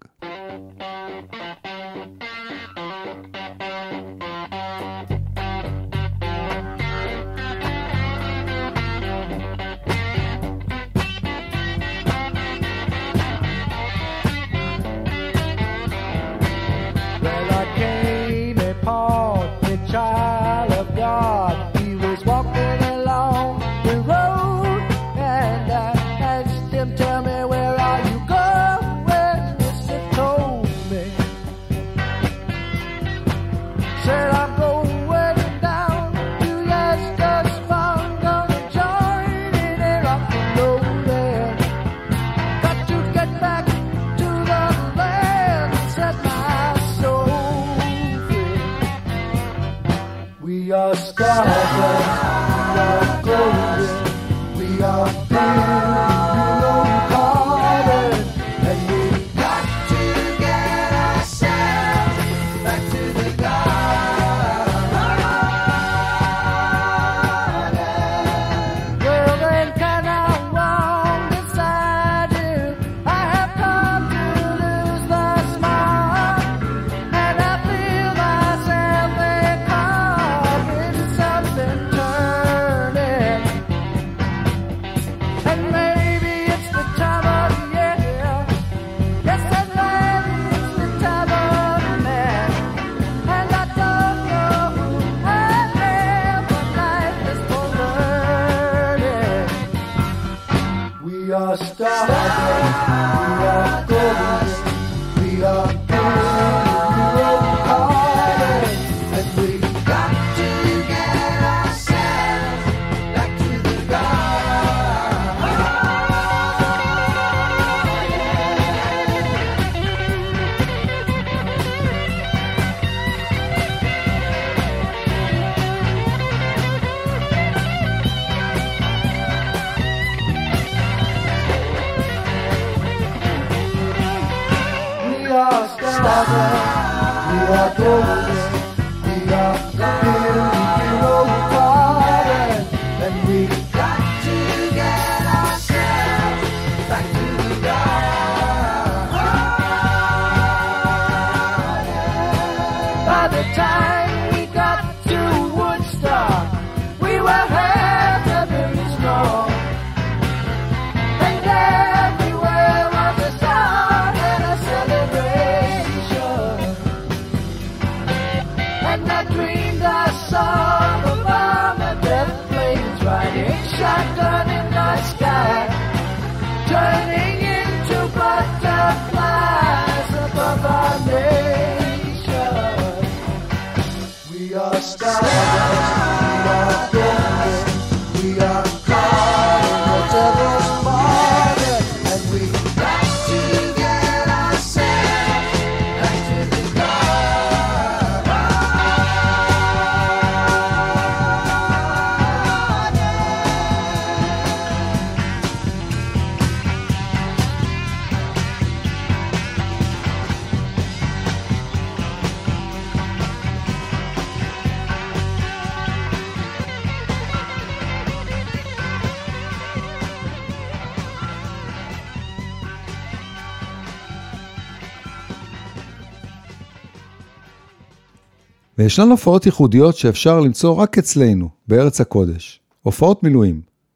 וישנן הופעות ייחודיות שאפשר למצוא רק אצלנו, בארץ הקודש. הופעות מילואים.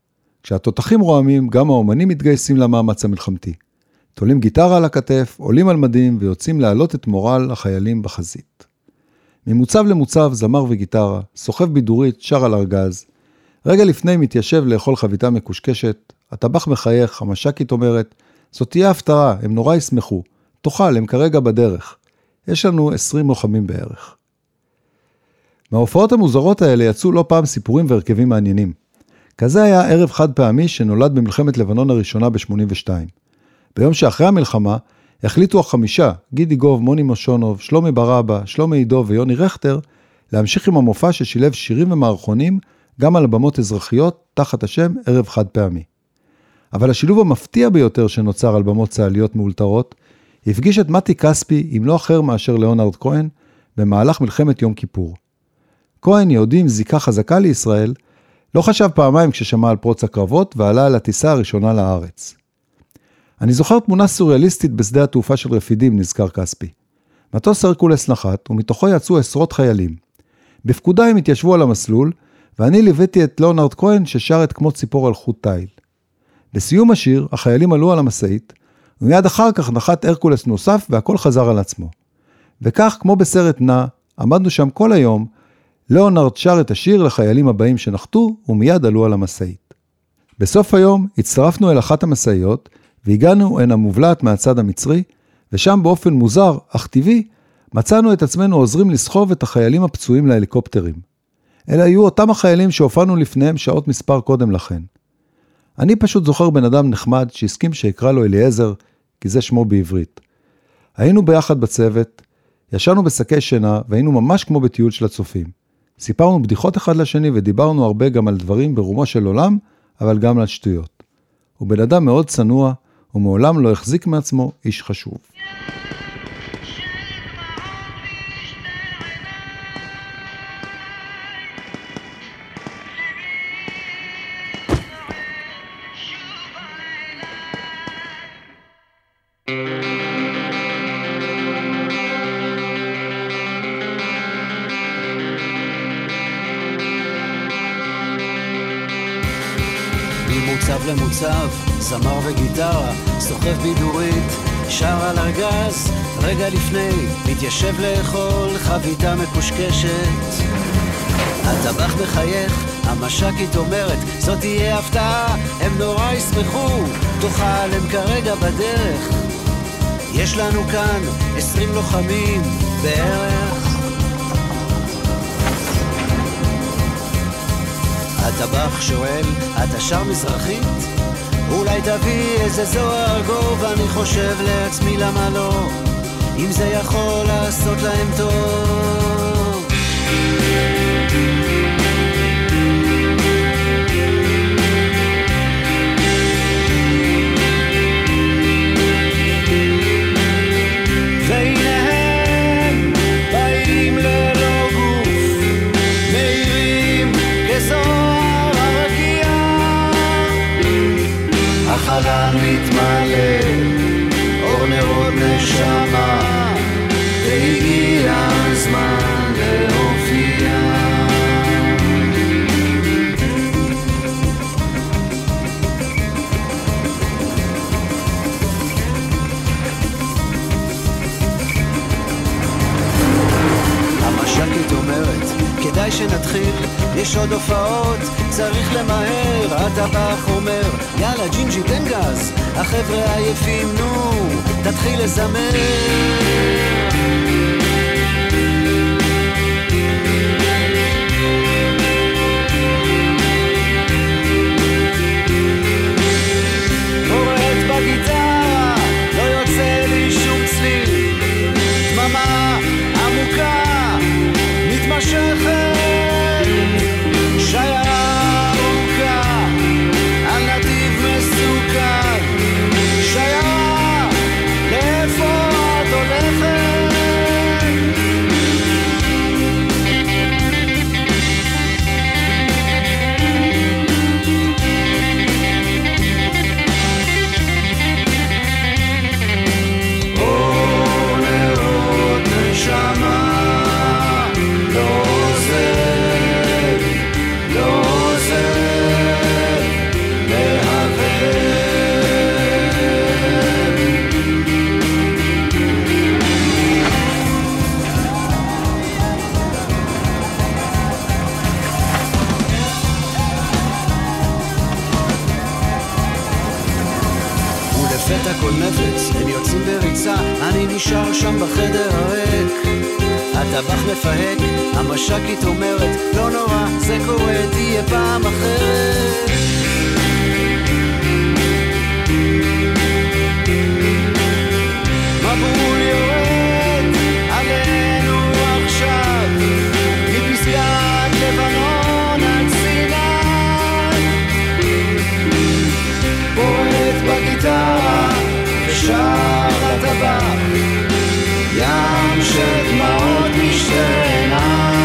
כשהתותחים רועמים, גם האומנים מתגייסים למאמץ המלחמתי. תולים גיטרה על הכתף, עולים על מדים ויוצאים להעלות את מורל החיילים בחזית. ממוצב למוצב, זמר וגיטרה, סוחב בידורית, שר על ארגז. רגע לפני מתיישב לאכול חביתה מקושקשת, הטבח מחייך, המש"קית אומרת, זאת תהיה הפתעה, הם נורא ישמחו. תאכל, הם כרגע בדרך. יש לנו עשרים לוחמים בערך. מההופעות המוזרות האלה יצאו לא פעם סיפורים והרכבים מעניינים. כזה היה ערב חד פעמי שנולד במלחמת לבנון הראשונה ב-שמונים ושתיים. ביום שאחרי המלחמה החליטו החמישה, גידי גוב, מוני מושונוב, שלומי ברבא, שלומי עידו ויוני רכטר, להמשיך עם המופע ששילב שירים ומערכונים גם על במות אזרחיות תחת השם ערב חד פעמי. אבל השילוב המפתיע ביותר שנוצר על במות צהליות מאולתרות, הפגיש את מתי כספי עם לא אחר מאשר ליאונרד כהן במהלך מלחמת יום כיפור. כהן, יהודי עם זיקה חזקה לישראל, לא חשב פעמיים כששמע על פרוץ הקרבות ועלה על הטיסה הראשונה לארץ. אני זוכר תמונה סוריאליסטית בשדה התעופה של רפידים, נזכר כספי. מטוס הרקולס נחת ומתוכו יצאו עשרות חיילים. בפקודה הם התיישבו על המסלול, ואני ליוויתי את ליאונרד כהן ששר את כמו ציפור על חוט תיל. בסיום השיר, החיילים עלו על המשאית, ומיד אחר כך נחת הרקולס נוסף והכל חזר על עצמו. וכך, כמו בסרט נע, עמדנו שם כל היום, ליאונרד שר את השיר לחיילים הבאים שנחתו, ומיד עלו על המשאית. בסוף היום הצטרפנו אל אחת המשאיות, והגענו הנה מובלעת מהצד המצרי, ושם באופן מוזר, אך טבעי, מצאנו את עצמנו עוזרים לסחוב את החיילים הפצועים להליקופטרים. אלה היו אותם החיילים שהופענו לפניהם שעות מספר קודם לכן. אני פשוט זוכר בן אדם נחמד שהסכים שיקרא לו אליעזר, כי זה שמו בעברית. היינו ביחד בצוות, ישנו בשקי שינה, והיינו ממש כמו בטיול של הצופים. סיפרנו בדיחות אחד לשני ודיברנו הרבה גם על דברים ברומו של עולם, אבל גם על שטויות. הוא בן אדם מאוד צנוע, ומעולם לא החזיק מעצמו איש חשוב. ממוצב למוצב, זמר וגיטרה, סוחב בידורית, שר על ארגז, רגע לפני, מתיישב לאכול חביתה מקושקשת. הטבח מחייך, המש"קית אומרת, זאת תהיה הפתעה, הם נורא ישמחו, תאכל, הם כרגע בדרך. יש לנו כאן עשרים לוחמים בערך. הטבח שואל, אתה שר מזרחית? אולי תביא איזה זוהר גוב, אני חושב לעצמי למה לא, אם זה יכול לעשות להם טוב. והנה הם באים ללא גוף, מהירים כזוהר הרקיע, החלל מתמלא אור נרות נשמה, והגיע הזמן להופיע. המש"קית אומרת, כדאי שנתחיל, יש עוד הופעות, צריך למהר. הטבח אומר, יאללה ג'ינג'י תן גז, החבר'ה עייפים, נו, תתחיל לזמר. קוראת בגיטרה, לא יוצא לי שום צליל, דממה עמוקה מתמשכת, שיירה ארוכה על נתיב מסוכן, שיירה, לאיפה את הולכת? אור נרות נשמה, לא עוזר כל נפץ, הם יוצאים בריצה, אני נשאר שם בחדר הריק. הטבח מפהק, המשקית אומרת, לא נורא, זה קורה, תהיה פעם אחרת. מבול יורד עלינו עכשיו, מפסגת לבנון עד סיני, בועט בגיטרה ושר הטבח, ים של דמעות משתי עיניים.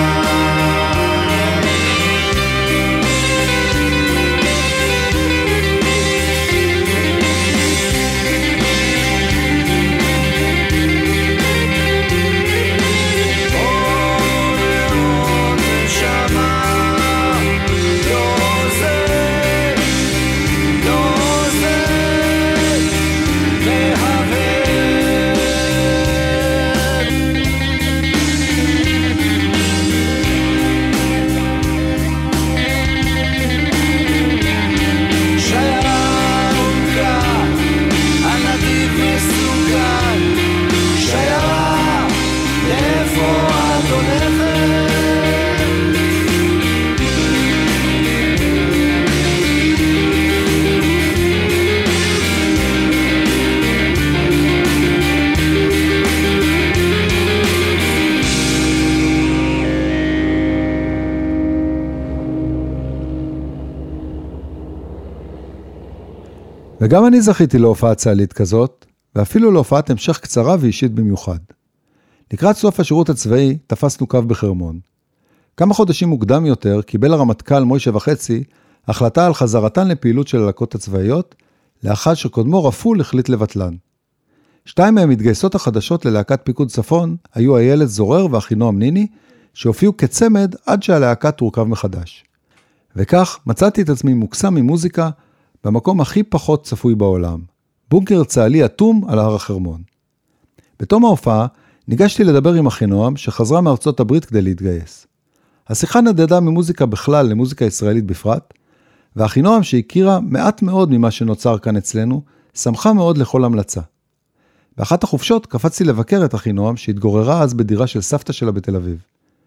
וגם אני זכיתי להופעה צהלית כזאת, ואפילו להופעת המשך קצרה ואישית במיוחד. לקראת סוף השירות הצבאי תפסנו קו בחרמון. כמה חודשים מוקדם יותר קיבל הרמטכ"ל מוישה וחצי החלטה על חזרתן לפעילות של הלהקות הצבאיות, לאחר שקודמו רפול החליט לבטלן. שתיים מהם מתגייסות החדשות ללהקת פיקוד צפון היו הילד זורר ואחינועם ניני, שהופיעו כצמד עד שהלהקה תורכב מחדש. וכך מצאתי את עצמי מוקסם ממוזיקה, במקום הכי פחות צפוי בעולם, בונקר צהלי אטום על הר החרמון. בתום ההופעה ניגשתי לדבר עם אחינועם שחזרה מארצות הברית כדי להתגייס. השיחה נדדה ממוזיקה בכלל למוזיקה ישראלית בפרט, ואחינועם שהכירה מעט מאוד ממה שנוצר כאן אצלנו, שמחה מאוד לכל המלצה. באחת החופשות קפצתי לבקר את אחינועם שהתגוררה אז בדירה של סבתא שלה בתל אביב.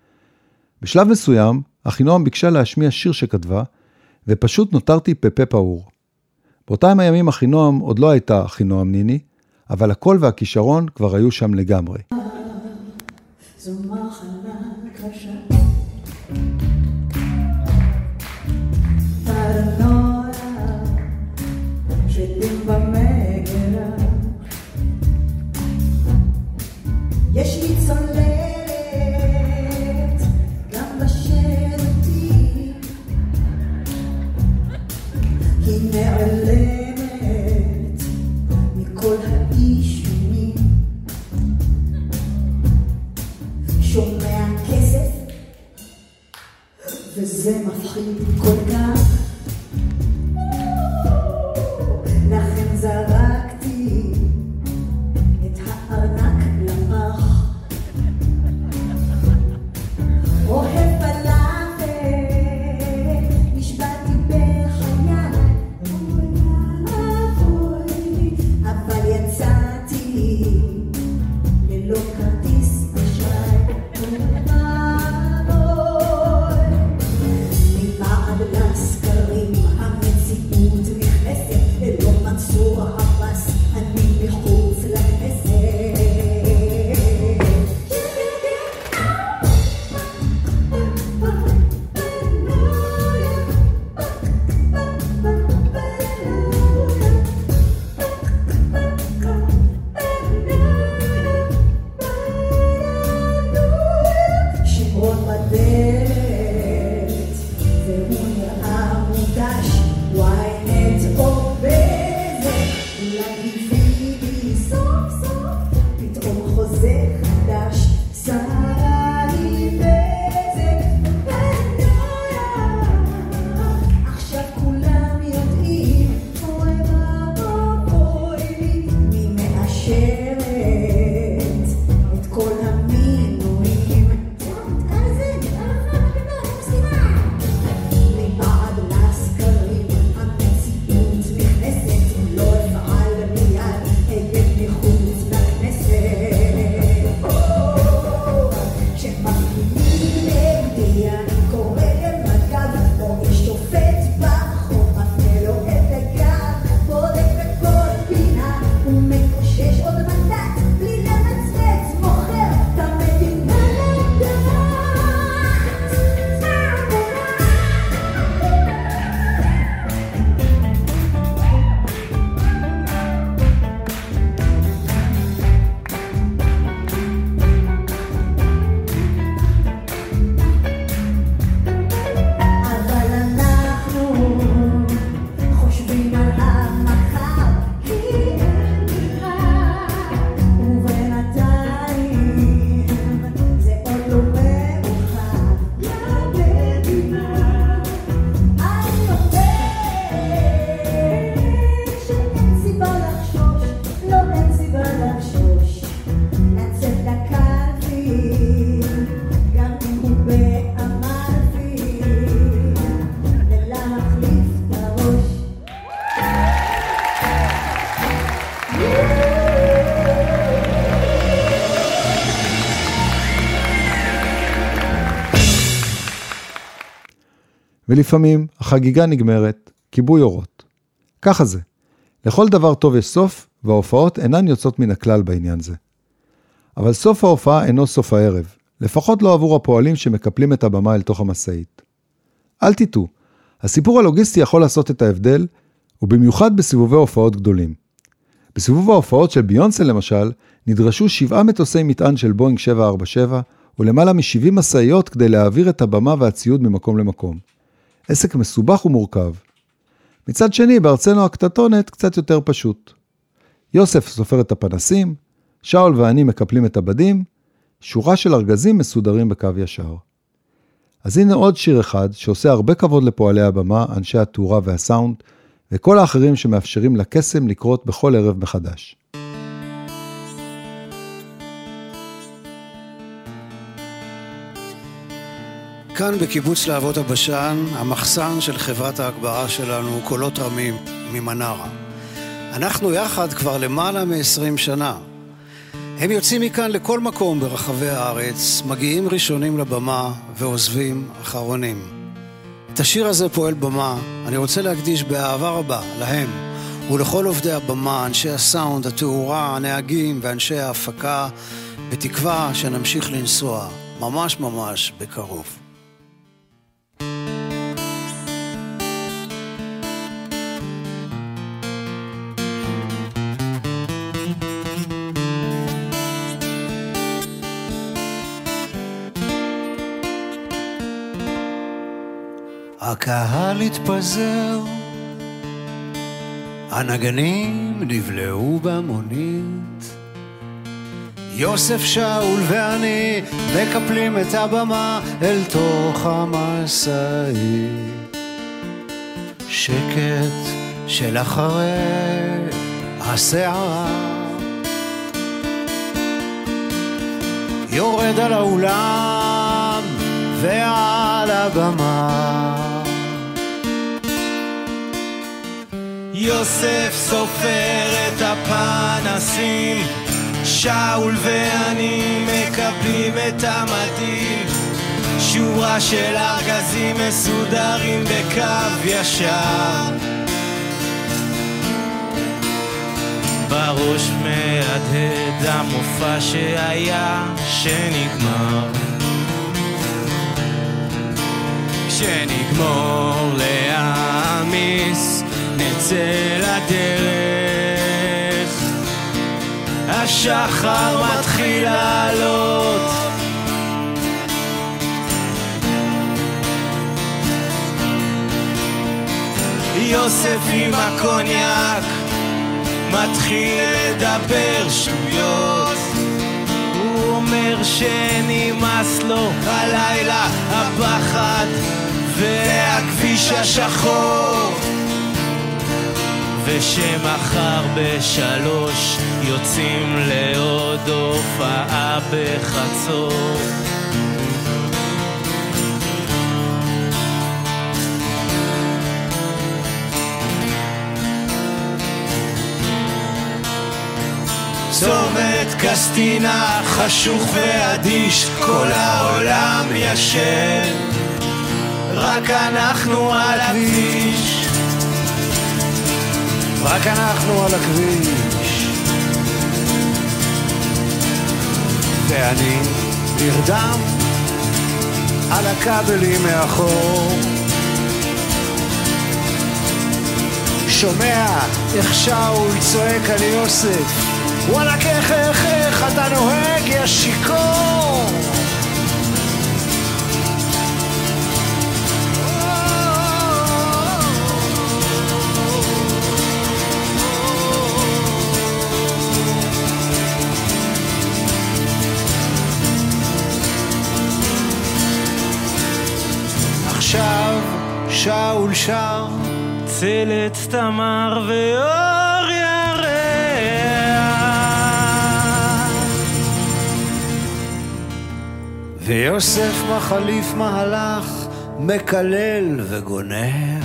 בשלב מסוים, אחינועם ביקשה להשמיע שיר שכתבה, ופשוט נותרתי פפה פעור. באותם הימים אחינועם עוד לא הייתה אחינועם ניני, אבל הקול והכישרון כבר היו שם לגמרי. זו מחלה קשה, פרנויה שדים במגרה, יש לי צוללת גם בשירותים, היא נעלמת מכל האישומים, שומע כסף וזה מפחיד כל כך, לכן זרקתי את הארנק לפח. אוהב פלאפל, נשבעתי בחיי, אבל יצאתי ללא כרטיס אשראי. ממעד לסקר ולפעמים החגיגה נגמרת, כיבוי אורות. ככה זה. לכל דבר טוב יש סוף, וההופעות אינן יוצאות מן הכלל בעניין זה. אבל סוף ההופעה אינו סוף הערב, לפחות לא עבור הפועלים שמקפלים את הבמה אל תוך המסעית. אל תיטו, הסיפור הלוגיסטי יכול לעשות את ההבדל, ובמיוחד בסיבובי הופעות גדולים. בסיבוב ההופעות של ביונסה למשל, נדרשו שבעה מטוסי מטען של בואינג שבע ארבע שבע, ולמעלה מ-שבעים מסעיות כדי להעביר את הבמה והציוד ממקום למקום. עסק מסובך ומורכב. מצד שני, בארצנו הקטטונת קצת יותר פשוט. יוסף סופר את הפנסים, שאול ואני מקפלים את הבדים, שורה של ארגזים מסודרים בקו ישר. אז הנה עוד שיר אחד שעושה הרבה כבוד לפועלי הבמה, אנשי התאורה והסאונד, וכל האחרים שמאפשרים לקסם לקרות בכל ערב מחדש. כאן בקיבוץ להבות הבשן, המחסן של חברת ההגברה שלנו, קולות רמים ממנרה. אנחנו יחד כבר למעלה מ-עשרים שנה. הם יוצאים מכאן לכל מקום ברחבי הארץ, מגיעים ראשונים לבמה ועוזבים אחרונים. את השיר הזה פועל במה, אני רוצה להקדיש באהבה רבה להם ולכל עובדי הבמה, אנשי הסאונד, התאורה, הנהגים ואנשי ההפקה, בתקווה שנמשיך לנסוע ממש ממש בקרוב. הקהל התפזר, הנגנים נבלעו במונית, יוסף, שאול ואני מקפלים את הבמה אל תוך המסעית. שקט של אחרי הסערה יורד על האולם ועל הבמה. יוסף סופר את הפנסים, שאול ואני מקפלים את המדים, שורה של ארגזים מסודרים בקו ישר. בראש מהדהד המופע שהיה שנגמר, כשנגמור להעמיס נצא לדרך, השחר מתחיל לעלות, יוסף עם הקוניאק מתחיל לדבר שטויות, הוא אומר שנמאס לו הלילה, הפחד והכביש השחור, ושמחר בשלוש יוצאים לעוד הופעה בחצור. צומת קסטינה חשוך ואדיש, כל העולם ישן, רק אנחנו על הכביש, רק אנחנו על הכביש, ואני נרדם על הכבלים מאחור, שומע איך שאול צועק על יוסף, וואלה איך איך איך אתה נוהג יא שיקור. עכשיו שאול שר צלת תמר ואור ירח, ויוסף מחליף מהלך מקלל וגונח.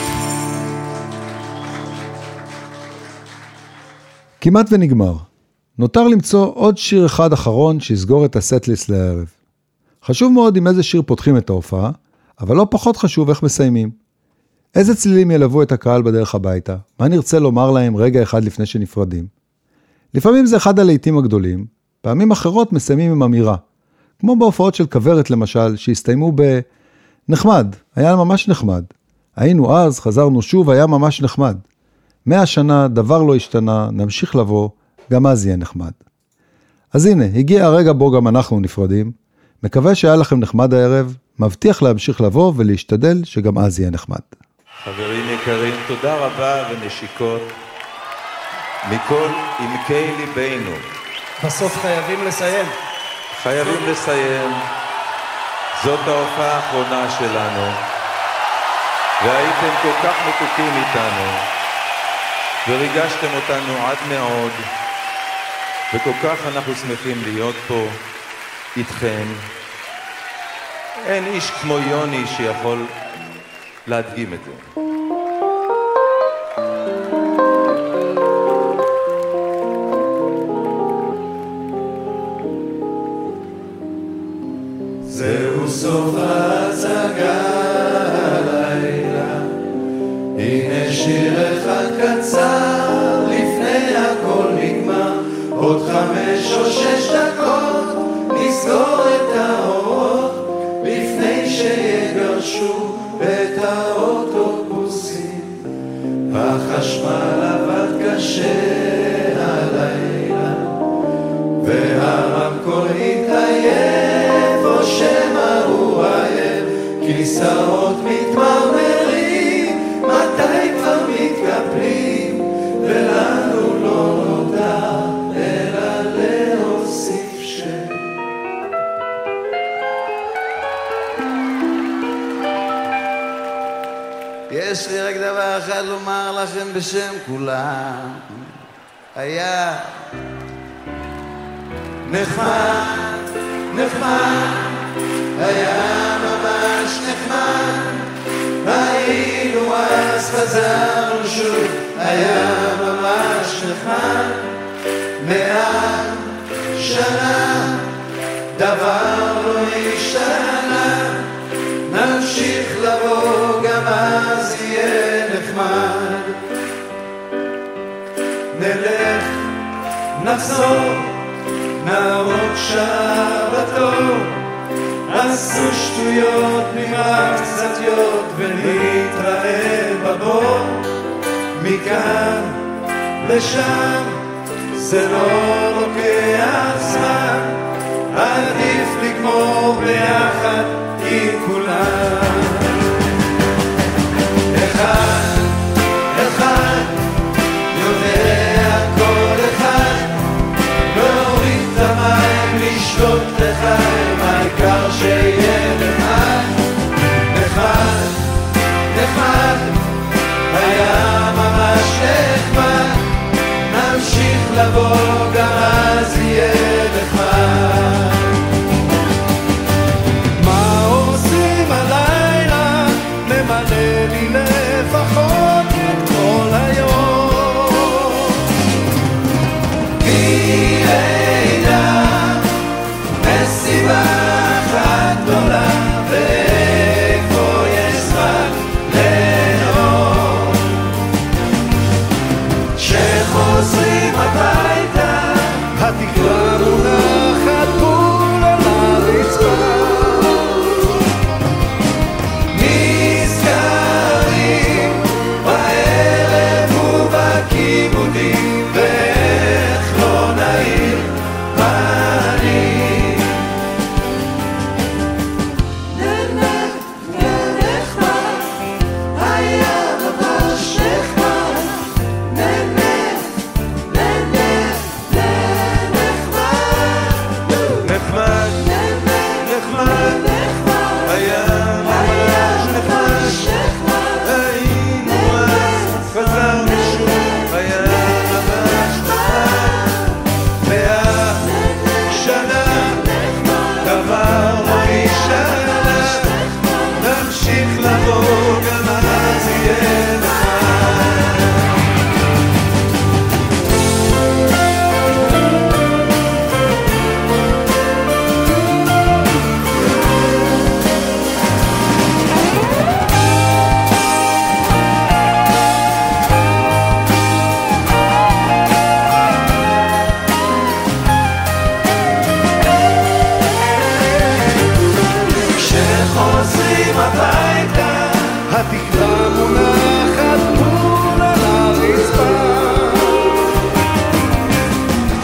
כמעט ונגמר. נותר למצוא עוד שיר אחד אחרון שיסגור את הסט-ליסט לערב. חשוב מאוד עם איזה שיר פותחים את ההופעה, אבל לא פחות חשוב איך מסיימים. איזה צלילים ילוו את הקהל בדרך הביתה? מה נרצה לומר להם רגע אחד לפני שנפרדים? לפעמים זה אחד הלעיתים הגדולים, פעמים אחרות מסיימים עם אמירה. כמו בהופעות של כברת למשל, שהסתיימו בנחמד, היה ממש נחמד. היינו אז, חזרנו שוב, היה ממש נחמד. מאה שנה, דבר לא השתנה, נמשיך לבוא, גם אז יהיה נחמד. אז הנה, הגיע הרגע בו גם אנחנו נפרדים. מקווה שהיה לכם נחמד הערב, מבטיח להמשיך לבוא ולהשתדל שגם אז יהיה נחמד. חברים יקרים, תודה רבה ונשיקות מכל עמקי ליבנו. בסוף חייבים לסיים. חייבים לסיים. זאת ההופעה האחרונה שלנו. והייתם כל כך מתוקים איתנו. וריגשתם אותנו עד מאוד. וכל כך אנחנו שמחים להיות פה איתכם. אין איש כמו יוני שיכול להדגים את זה. זהו סוף ההצגה הלילה, הנה שיר אחד קצר, לפני הכל נגמר, עוד חמש או שש דקות, נסגור את האורות, לפני שיגרשו את האוטובוסים. החשמל עבד קשה הלילה, והרמקול התעייף, או שמא הוא עייף, כיסאות מתמרמרים, מתי כבר מתקפלים, ולנו לא נודע, אלא להוסיף שם. יש לי רק דבר אחד לומר לכם בשם כולם, היה נחמד, נחמד, היה ממש נחמד, היינו אז חזרנו שוב, היה ממש נחמד, מאה שנה, דבר לא השתנה, נמשיך לבוא, גם אז יהיה נחמד. נלך, נחזור, נעמוד שעה בתור, עשו שטויות, נמרח קצתיות, ונתראה בבור. מכאן לשם, זה לא לוקח זמן, עדיף לגמור ביחד עם כולם. אחד, אחד, יודע כל אחד, להוריד את המים, לשתות לחיים, העיקר שיהיה נחמד. נחמד, נחמד, היה ממש נחמד, נמשיך לבוא, גם אז יהיה נחמד. מה עושים הלילה, ממלא לי לפחות את כל היום. מי ידע, מסיבה אחת גדולה, ואיפה יש זמן ליהנות. שחוזרים הביתה, התקרה מונחת בול על הרצפה. נזכרים בערב ובכיבודים, ואיך לא נעיר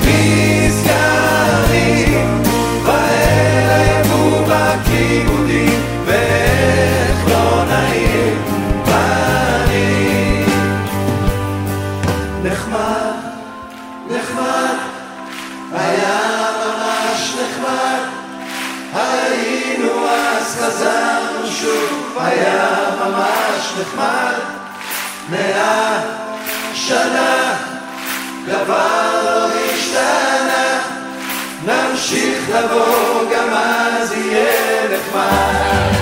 נזכרים באלף ובכיבודים ואיך לא נעים ואני נחמד, נחמד, היה ממש נחמד, היינו אז חזרנו שוב, היה ממש נחמד, מאה שנה דבר לא השתנה, נמשיך לבוא גם אז יהיה נחמד.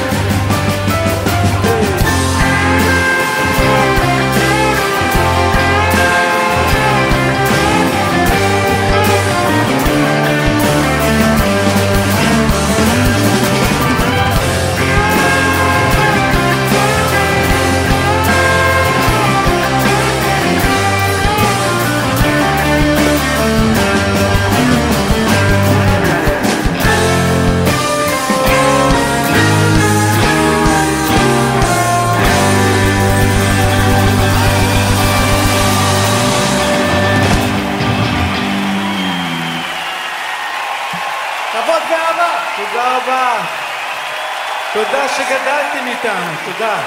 תודה רבה. תודה שגדלתם איתנו, תודה.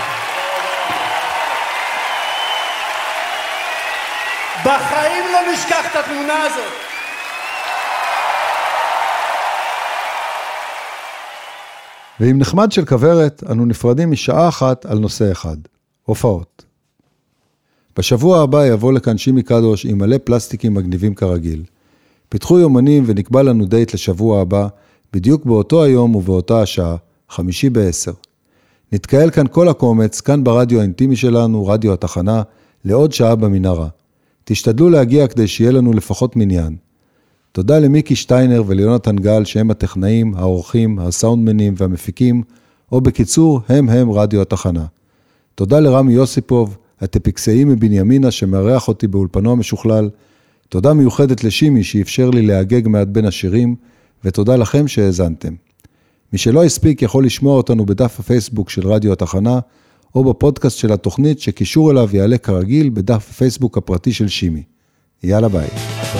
בחיים לא נשכח את התמונה הזאת. ועם נחמד של כברת, אנו נפרדים משעה אחת על נושא אחד, הופעות. בשבוע הבא יבוא לכאן שימי קדוש עם מלא פלסטיקים מגניבים כרגיל. פיתחו יומנים ונקבע לנו דייט לשבוע הבא, בדיוק באותו היום ובאותה השעה, חמישי בעשר. נתקהל כאן כל הקומץ, כאן ברדיו האינטימי שלנו, רדיו התחנה, לעוד שעה במנהרה. תשתדלו להגיע כדי שיהיה לנו לפחות מניין. תודה למיקי שטיינר וליונתן גל שהם הטכנאים, האורחים, הסאונדמנים והמפיקים, או בקיצור, הם הם רדיו התחנה. תודה לרמי יוסיפוב, הטפיקסאי מבנימינה שמארח אותי באולפנו המשוכלל. תודה מיוחדת לשימי שאפשר לי להגג מעט בין השירים, ותודה לכם שהאזנתם. מי שלא הספיק יכול לשמוע אותנו בדף הפייסבוק של רדיו התחנה, או בפודקאסט של התוכנית שקישור אליו יעלה כרגיל בדף הפייסבוק הפרטי של שימי. יאללה ביי.